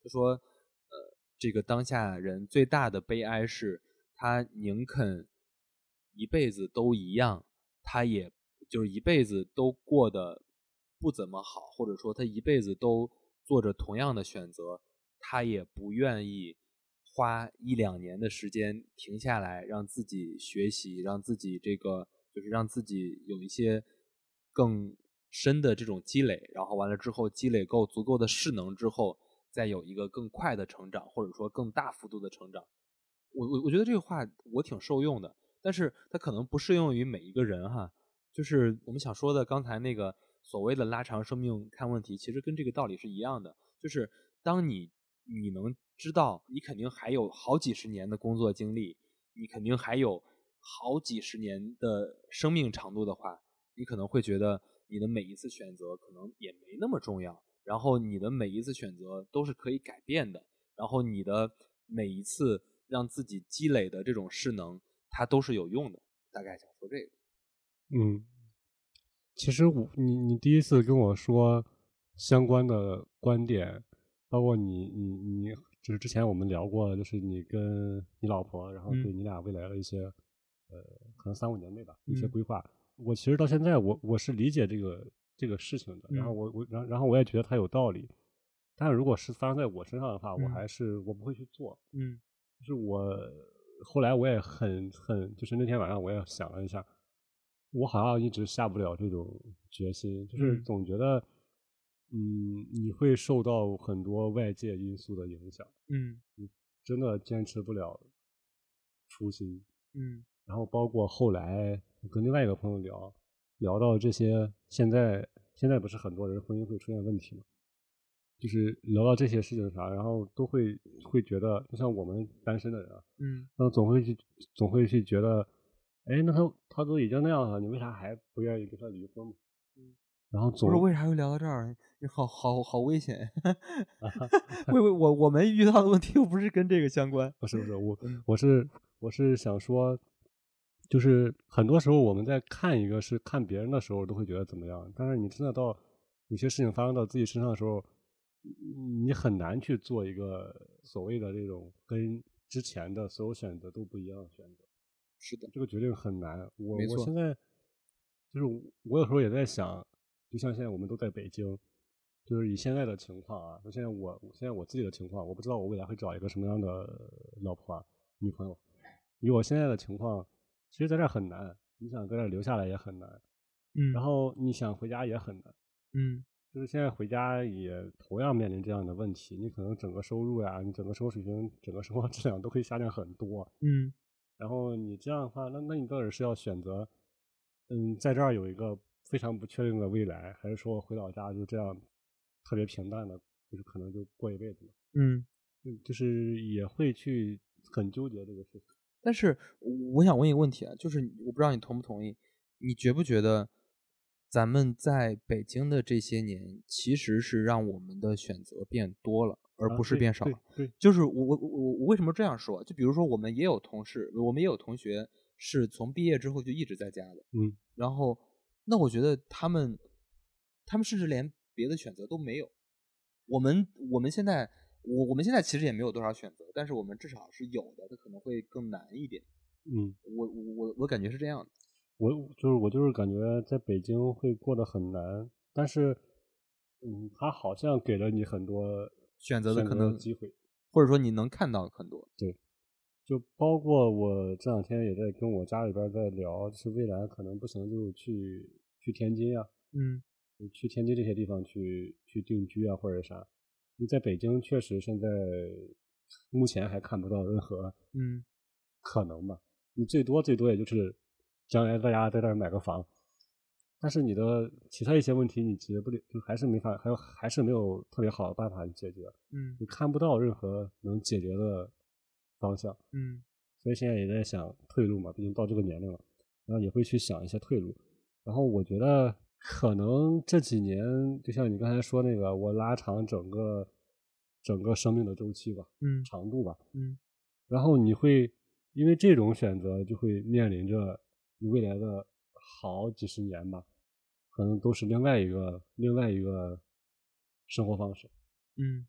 [SPEAKER 1] 就说呃，这个当下人最大的悲哀是他宁肯一辈子都一样，他也就是一辈子都过得不怎么好，或者说他一辈子都做着同样的选择，他也不愿意花一两年的时间停下来，让自己学习，让自己这个就是让自己有一些更深的这种积累，然后完了之后积累够足够的势能之后，再有一个更快的成长，或者说更大幅度的成长。我我我觉得这个话我挺受用的，但是它可能不适用于每一个人哈。就是我们想说的刚才那个所谓的拉长生命看问题，其实跟这个道理是一样的。就是当你你能知道你肯定还有好几十年的工作经历，你肯定还有好几十年的生命长度的话，你可能会觉得你的每一次选择可能也没那么重要，然后你的每一次选择都是可以改变的，然后你的每一次让自己积累的这种势能，它都是有用的。大概想说这个。
[SPEAKER 3] 嗯，其实我你你第一次跟我说相关的观点，包括你你你就是之前我们聊过，就是你跟你老婆，然后对你俩未来的一些、嗯、呃可能三五年内吧一些规划，嗯、我其实到现在我我是理解这个这个事情的，然后我我然然后我也觉得它有道理，但是如果是发生在我身上的话，嗯、我还是我不会去做，
[SPEAKER 1] 嗯，
[SPEAKER 3] 就是我后来我也很很就是那天晚上我也想了一下。我好像一直下不了这种决心，就是总觉得，嗯，嗯你会受到很多外界因素的影响，
[SPEAKER 1] 嗯，
[SPEAKER 3] 你真的坚持不了初心，
[SPEAKER 1] 嗯，
[SPEAKER 3] 然后包括后来跟另外一个朋友聊，聊到这些，现在现在不是很多人婚姻会出现问题吗？就是聊到这些事情上，然后都会会觉得，就像我们单身的人啊，嗯，然后总会去总会去觉得。哎，那他他都已经那样了，你为啥还不愿意跟他离婚嘛？嗯，然后总
[SPEAKER 1] 不是为啥会聊到这儿？你好好好危险！为为我我们遇到的问题又不是跟这个相关。
[SPEAKER 3] 不是不是，我我是我是想说，就是很多时候我们在看一个是看别人的时候都会觉得怎么样，但是你真的到有些事情发生到自己身上的时候，你很难去做一个所谓的这种跟之前的所有选择都不一样的选择。
[SPEAKER 1] 是的，
[SPEAKER 3] 这个决定很难。我
[SPEAKER 1] 没错。
[SPEAKER 3] 我现在就是我有时候也在想，就像现在我们都在北京，就是以现在的情况啊，就现在我现在我自己的情况，我不知道我未来会找一个什么样的老婆、啊、女朋友。以我现在的情况，其实在这儿很难，你想在这儿留下来也很难，嗯，然后你想回家也很难，嗯，就是现在回家也同样面临这样的问题，你可能整个收入呀，你整个生活水平、整个生活质量都会下降很多，嗯。然后你这样的话，那那你到底是要选择，嗯，在这儿有一个非常不确定的未来，还是说回老家就这样特别平淡的，就是可能就过一辈子？嗯，就是也会去很纠结这个事情。
[SPEAKER 1] 但是我想问一个问题啊，就是我不知道你同不同意，你觉不觉得咱们在北京的这些年，其实是让我们的选择变多了？而不是变少了，
[SPEAKER 3] 啊、对, 对, 对，
[SPEAKER 1] 就是我我我我为什么这样说？就比如说我们也有同事，我们也有同学是从毕业之后就一直在家的，
[SPEAKER 3] 嗯，
[SPEAKER 1] 然后那我觉得他们他们甚至连别的选择都没有。我们我们现在我我们现在其实也没有多少选择，但是我们至少是有的，它可能会更难一点。
[SPEAKER 3] 嗯，
[SPEAKER 1] 我我我感觉是这样的。
[SPEAKER 3] 我就是我就是感觉在北京会过得很难，但是嗯，他好像给了你很多。
[SPEAKER 1] 选择的可能
[SPEAKER 3] 机会，
[SPEAKER 1] 或者说你能看到很多。
[SPEAKER 3] 对，就包括我这两天也在跟我家里边在聊，就是未来可能不行就去去天津啊，嗯，去天津这些地方去去定居啊或者啥。你在北京确实现在目前还看不到任何嗯可能吧，你最多最多也就是将来大家在这儿买个房。但是你的其他一些问题你解决不了，就还是没法，还有还是没有特别好的办法去解决。嗯，你看不到任何能解决的方向。嗯，所以现在也在想退路嘛，毕竟到这个年龄了，然后也会去想一些退路。然后我觉得可能这几年，就像你刚才说那个，我拉长整个整个生命的周期吧，嗯，长度吧，嗯，然后你会因为这种选择，就会面临着你未来的好几十年吧。可能都是另外一个另外一个生活方式，嗯，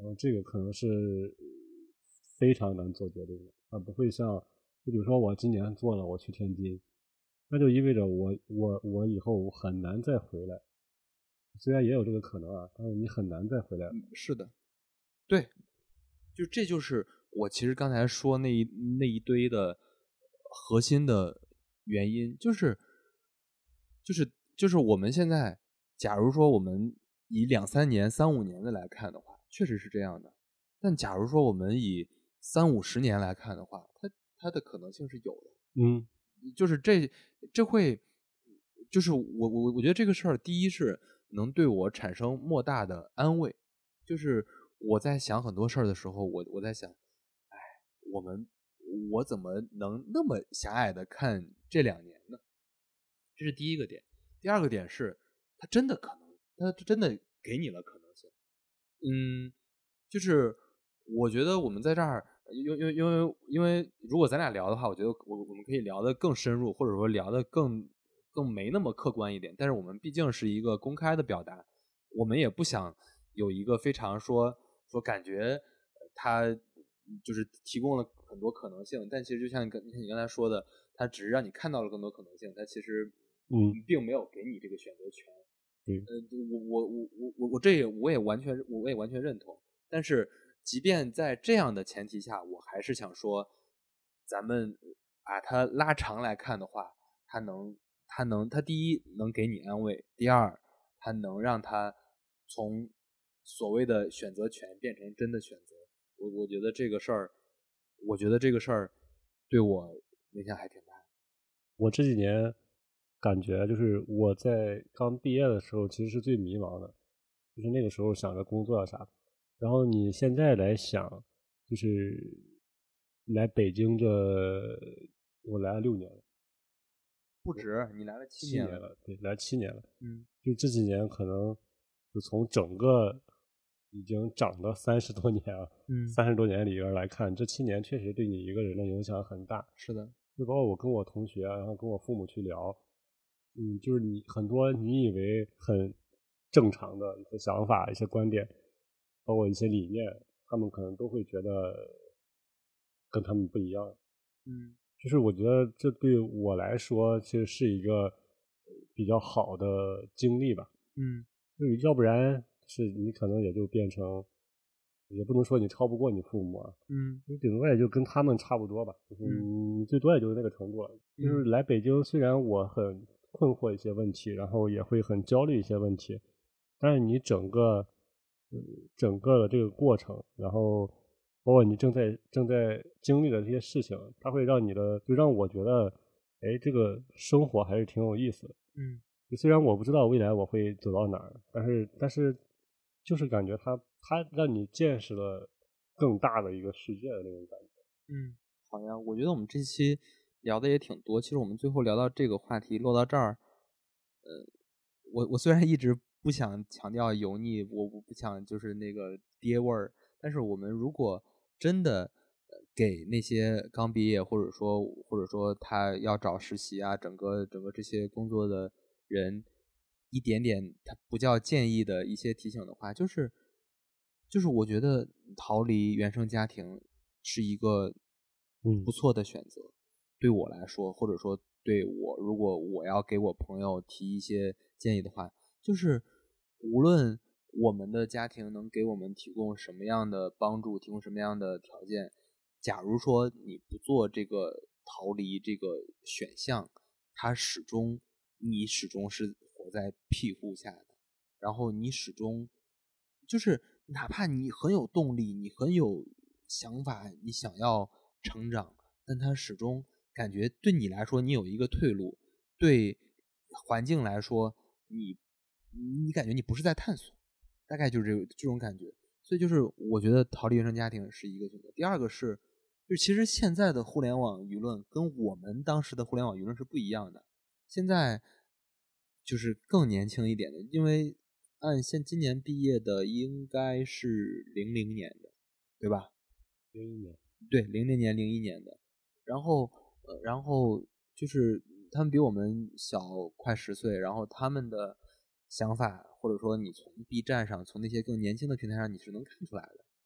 [SPEAKER 3] 然后这个可能是非常难做决定的，它不会像，就比如说我今年做了，我去天津，那就意味着我我我以后很难再回来。虽然也有这个可能啊，但是你很难再回来。
[SPEAKER 1] 嗯，是的，对，就这就是我其实刚才说那一那一堆的核心的原因，就是就是就是我们现在，假如说我们以两三年、三五年的来看的话，确实是这样的。但假如说我们以三五十年来看的话，它它的可能性是有的。
[SPEAKER 3] 嗯，
[SPEAKER 1] 就是这这会，就是我我我觉得这个事儿，第一是能对我产生莫大的安慰，就是我在想很多事儿的时候，我我在想，哎，我们我怎么能那么狭隘的看这两年呢？这是第一个点。第二个点是，它真的可能，它真的给你了可能性。嗯，就是我觉得我们在这儿，因因为因为因为如果咱俩聊的话，我觉得我我们可以聊得更深入，或者说聊得更更没那么客观一点。但是我们毕竟是一个公开的表达，我们也不想有一个非常说说感觉它就是提供了很多可能性，但其实就像你刚你刚才说的，它只是让你看到了更多可能性，它其实
[SPEAKER 3] 嗯
[SPEAKER 1] 并没有给你这个选择权。
[SPEAKER 3] 对，
[SPEAKER 1] 呃，我我我我我我这也我也完全我也完全认同。但是即便在这样的前提下，我还是想说，咱们把它拉长来看的话，它能它能它第一能给你安慰，第二它能让它从所谓的选择权变成真的选择。我我觉得这个事儿，我觉得这个事儿对我影响还挺大的。
[SPEAKER 3] 我这几年感觉就是我在刚毕业的时候，其实是最迷茫的，就是那个时候想着工作啊啥。然后你现在来想，就是来北京这，我来了六年了，
[SPEAKER 1] 不止，你来了七年了。
[SPEAKER 3] 七年了，对，来七年了。
[SPEAKER 1] 嗯
[SPEAKER 3] 就这几年可能就从整个已经长到三十多年啊，
[SPEAKER 1] 嗯，
[SPEAKER 3] 三十多年里边来看，这七年确实对你一个人的影响很大。
[SPEAKER 1] 是的，
[SPEAKER 3] 就包括我跟我同学啊，然后跟我父母去聊，嗯，就是你很多你以为很正常的一些想法、一些观点，包括一些理念，他们可能都会觉得跟他们不一样。
[SPEAKER 1] 嗯
[SPEAKER 3] 就是我觉得这对我来说其实是一个比较好的经历吧。
[SPEAKER 1] 嗯
[SPEAKER 3] 就是要不然是你可能也就变成，也不能说你超不过你父母啊，
[SPEAKER 1] 嗯
[SPEAKER 3] 你顶多也就跟他们差不多吧，就是
[SPEAKER 1] 嗯
[SPEAKER 3] 你最多也就是那个程度了。就是来北京，虽然我很困惑一些问题，然后也会很焦虑一些问题，但是你整个，嗯，整个的这个过程，然后包括你正在正在经历的这些事情，它会让你的，就让我觉得，哎，这个生活还是挺有意思的。
[SPEAKER 1] 嗯
[SPEAKER 3] 虽然我不知道未来我会走到哪儿，但是但是就是感觉它它让你见识了更大的一个世界的那种感觉。
[SPEAKER 1] 嗯，好呀，我觉得我们这期聊的也挺多。其实我们最后聊到这个话题落到这儿，呃，我我虽然一直不想强调油腻，我我不想就是那个爹味儿，但是我们如果真的呃给那些刚毕业或者说或者说他要找实习啊，整个整个这些工作的人一点点，他不叫建议的一些提醒的话，就是就是我觉得逃离原生家庭是一个
[SPEAKER 3] 嗯
[SPEAKER 1] 不错的选择，对我来说，或者说对我，如果我要给我朋友提一些建议的话，就是无论我们的家庭能给我们提供什么样的帮助，提供什么样的条件，假如说你不做这个逃离这个选项，它始终你始终是活在庇护下的，然后你始终就是哪怕你很有动力，你很有想法，你想要成长，但它始终感觉对你来说，你有一个退路；对环境来说，你你感觉你不是在探索，大概就是这个这种感觉。所以就是我觉得逃离原生家庭是一个选择。第二个是，就其实现在的互联网舆论跟我们当时的互联网舆论是不一样的。现在就是更年轻一点的，因为按现今年毕业的应该是零零年的，对吧？
[SPEAKER 3] 零一年，
[SPEAKER 1] 对，零零年、零一年的。然后，呃，然后就是他们比我们小快十岁，然后他们的想法，或者说你从 B 站上，从那些更年轻的平台上，你是能看出来的。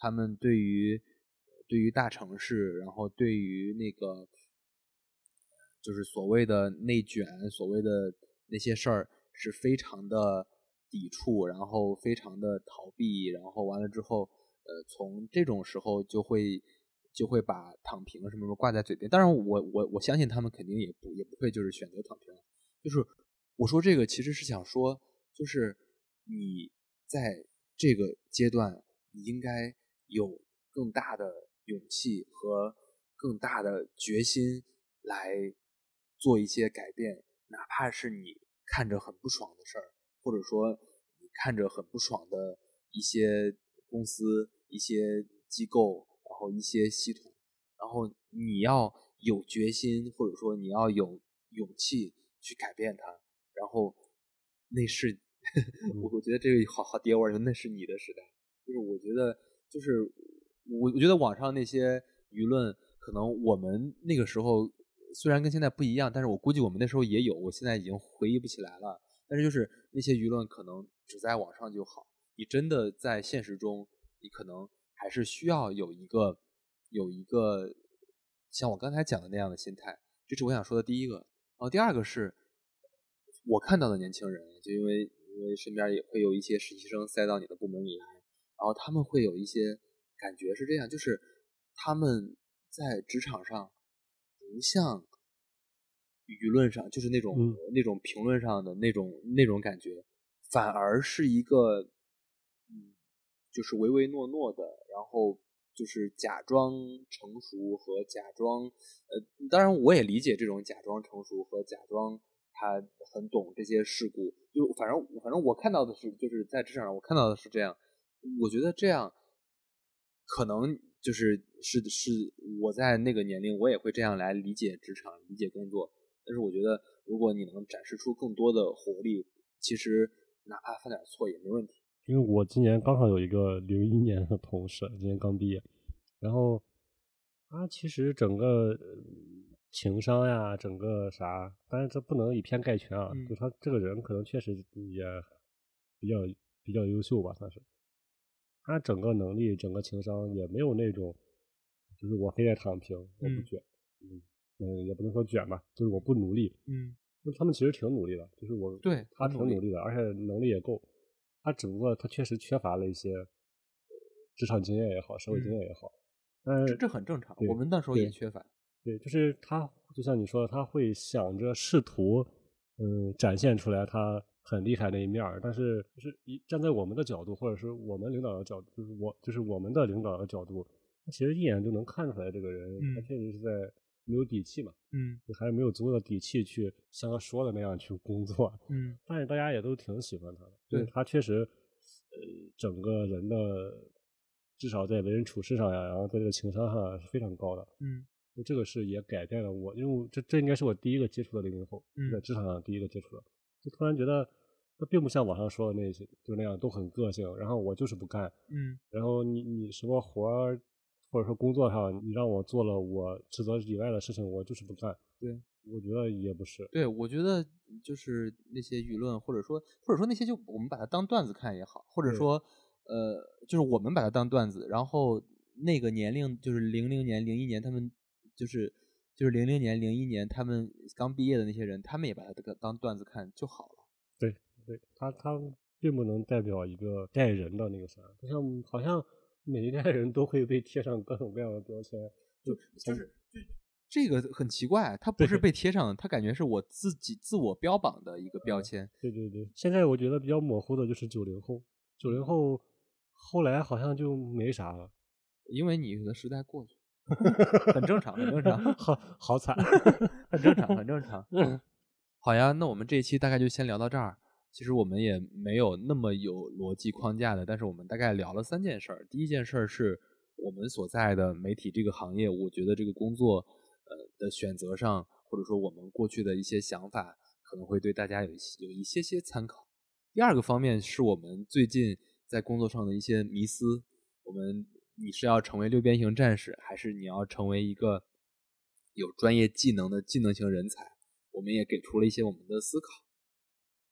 [SPEAKER 1] 他们对于对于大城市，然后对于那个就是所谓的内卷，所谓的那些事儿是非常的抵触，然后非常的逃避，然后完了之后，呃，从这种时候就会就会把躺平什么什么挂在嘴边。当然我，我我我相信他们肯定也不也不会就是选择躺平。就是我说这个其实是想说，就是你在这个阶段，你应该有更大的勇气和更大的决心来做一些改变，哪怕是你看着很不爽的事儿，或者说你看着很不爽的一些公司、一些机构，然后一些系统，然后你要有决心，或者说你要有勇气去改变它，然后那是我我觉得这个好好爹味儿，那是你的时代。就是我觉得，就是我我觉得网上那些舆论，可能我们那个时候虽然跟现在不一样，但是我估计我们那时候也有，我现在已经回忆不起来了。但是就是那些舆论可能只在网上就好，你真的在现实中，你可能还是需要有一个有一个像我刚才讲的那样的心态。这是我想说的第一个。然后第二个是我看到的年轻人，就因为因为身边也会有一些实习生塞到你的部门里来，然后他们会有一些感觉是这样，就是他们在职场上不像舆论上就是那种、
[SPEAKER 3] 嗯、
[SPEAKER 1] 那种评论上的那种那种感觉，反而是一个嗯，就是唯唯诺诺的，然后就是假装成熟和假装呃，当然我也理解这种假装成熟和假装他很懂这些事故，就反正反正我看到的是，就是在职场上我看到的是这样，我觉得这样可能就是是是我在那个年龄我也会这样来理解职场理解工作，但是我觉得如果你能展示出更多的活力，其实哪怕犯点错也没问题。
[SPEAKER 3] 因为我今年刚好有一个零一年的同事，今年刚毕业，然后他其实整个情商呀，整个啥，当然这不能以偏概全啊，
[SPEAKER 1] 嗯、
[SPEAKER 3] 就他这个人可能确实也比较比较优秀吧，算是。他整个能力、整个情商也没有那种，就是我非得躺平，我不卷，嗯嗯，也不能说卷吧，就是我不努力，
[SPEAKER 1] 嗯，
[SPEAKER 3] 就他们其实挺努力的，就是我
[SPEAKER 1] 对，
[SPEAKER 3] 他挺努力的，而且能力也够，他只不过他确实缺乏了一些职场经验也好，社会经验也好，但
[SPEAKER 1] 这这很正常，我们那时候也缺乏。
[SPEAKER 3] 对，就是他就像你说的，他会想着试图嗯展现出来他很厉害那一面儿，但是就是一站在我们的角度，或者是我们领导的角度，就是我就是我们的领导的角度，其实一眼就能看出来这个人、嗯、他确实是在没有底气嘛，
[SPEAKER 1] 嗯，
[SPEAKER 3] 就还是没有足够的底气去像他说的那样去工作，
[SPEAKER 1] 嗯，
[SPEAKER 3] 但是大家也都挺喜欢他的，
[SPEAKER 1] 对，
[SPEAKER 3] 因为他确实呃整个人的至少在为人处事上呀，然后在这个情商上是非常高的，
[SPEAKER 1] 嗯。
[SPEAKER 3] 这个是也改变了我，因为这这应该是我第一个接触的零零后，
[SPEAKER 1] 嗯、
[SPEAKER 3] 在职场上第一个接触的，就突然觉得他并不像网上说的那些就那样都很个性，然后我就是不干，
[SPEAKER 1] 嗯，
[SPEAKER 3] 然后你你什么活儿或者说工作上你让我做了我职责以外的事情，我就是不干。
[SPEAKER 1] 对，
[SPEAKER 3] 我觉得也不是。
[SPEAKER 1] 对，我觉得就是那些舆论，或者说或者说那些就我们把它当段子看也好，或者说呃，就是我们把它当段子，然后那个年龄就是零零年、零一年他们。就是就是零零年、零一年他们刚毕业的那些人，他们也把它当段子看就好了。
[SPEAKER 3] 对对，他他并不能代表一个代人的那个啥，就像好像每一代人都会被贴上各种各样的标签，
[SPEAKER 1] 就就是就这个很奇怪，他不是被贴上的，他感觉是我自己自我标榜的一个标签。
[SPEAKER 3] 嗯、对对对，现在我觉得比较模糊的就是九零后，九零后后来好像就没啥了，
[SPEAKER 1] 因为你的时代过去。很正常，很正常，
[SPEAKER 3] 好好惨，
[SPEAKER 1] 很正常，很正常。好呀，那我们这一期大概就先聊到这儿。其实我们也没有那么有逻辑框架的，但是我们大概聊了三件事儿。第一件事儿是我们所在的媒体这个行业，我觉得这个工作呃的选择上，或者说我们过去的一些想法，可能会对大家有一些有一些些参考。第二个方面是我们最近在工作上的一些迷思，我们。你是要成为六边形战士，还是你要成为一个有专业技能的技能型人才？我们也给出了一些我们的思考。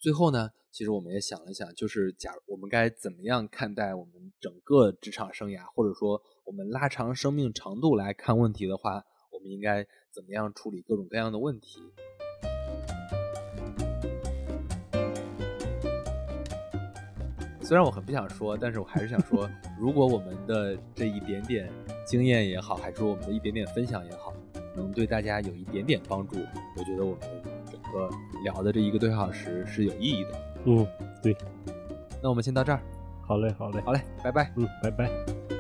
[SPEAKER 1] 最后呢，其实我们也想了想，就是假如我们该怎么样看待我们整个职场生涯，或者说我们拉长生命长度来看问题的话，我们应该怎么样处理各种各样的问题。虽然我很不想说，但是我还是想说，如果我们的这一点点经验也好，还是说我们的一点点分享也好，能对大家有一点点帮助，我觉得我们整个聊的这一个多小时是有意义的。
[SPEAKER 3] 嗯，对。
[SPEAKER 1] 那我们先到这儿。
[SPEAKER 3] 好嘞，好嘞，
[SPEAKER 1] 好嘞，拜拜。
[SPEAKER 3] 嗯，拜拜。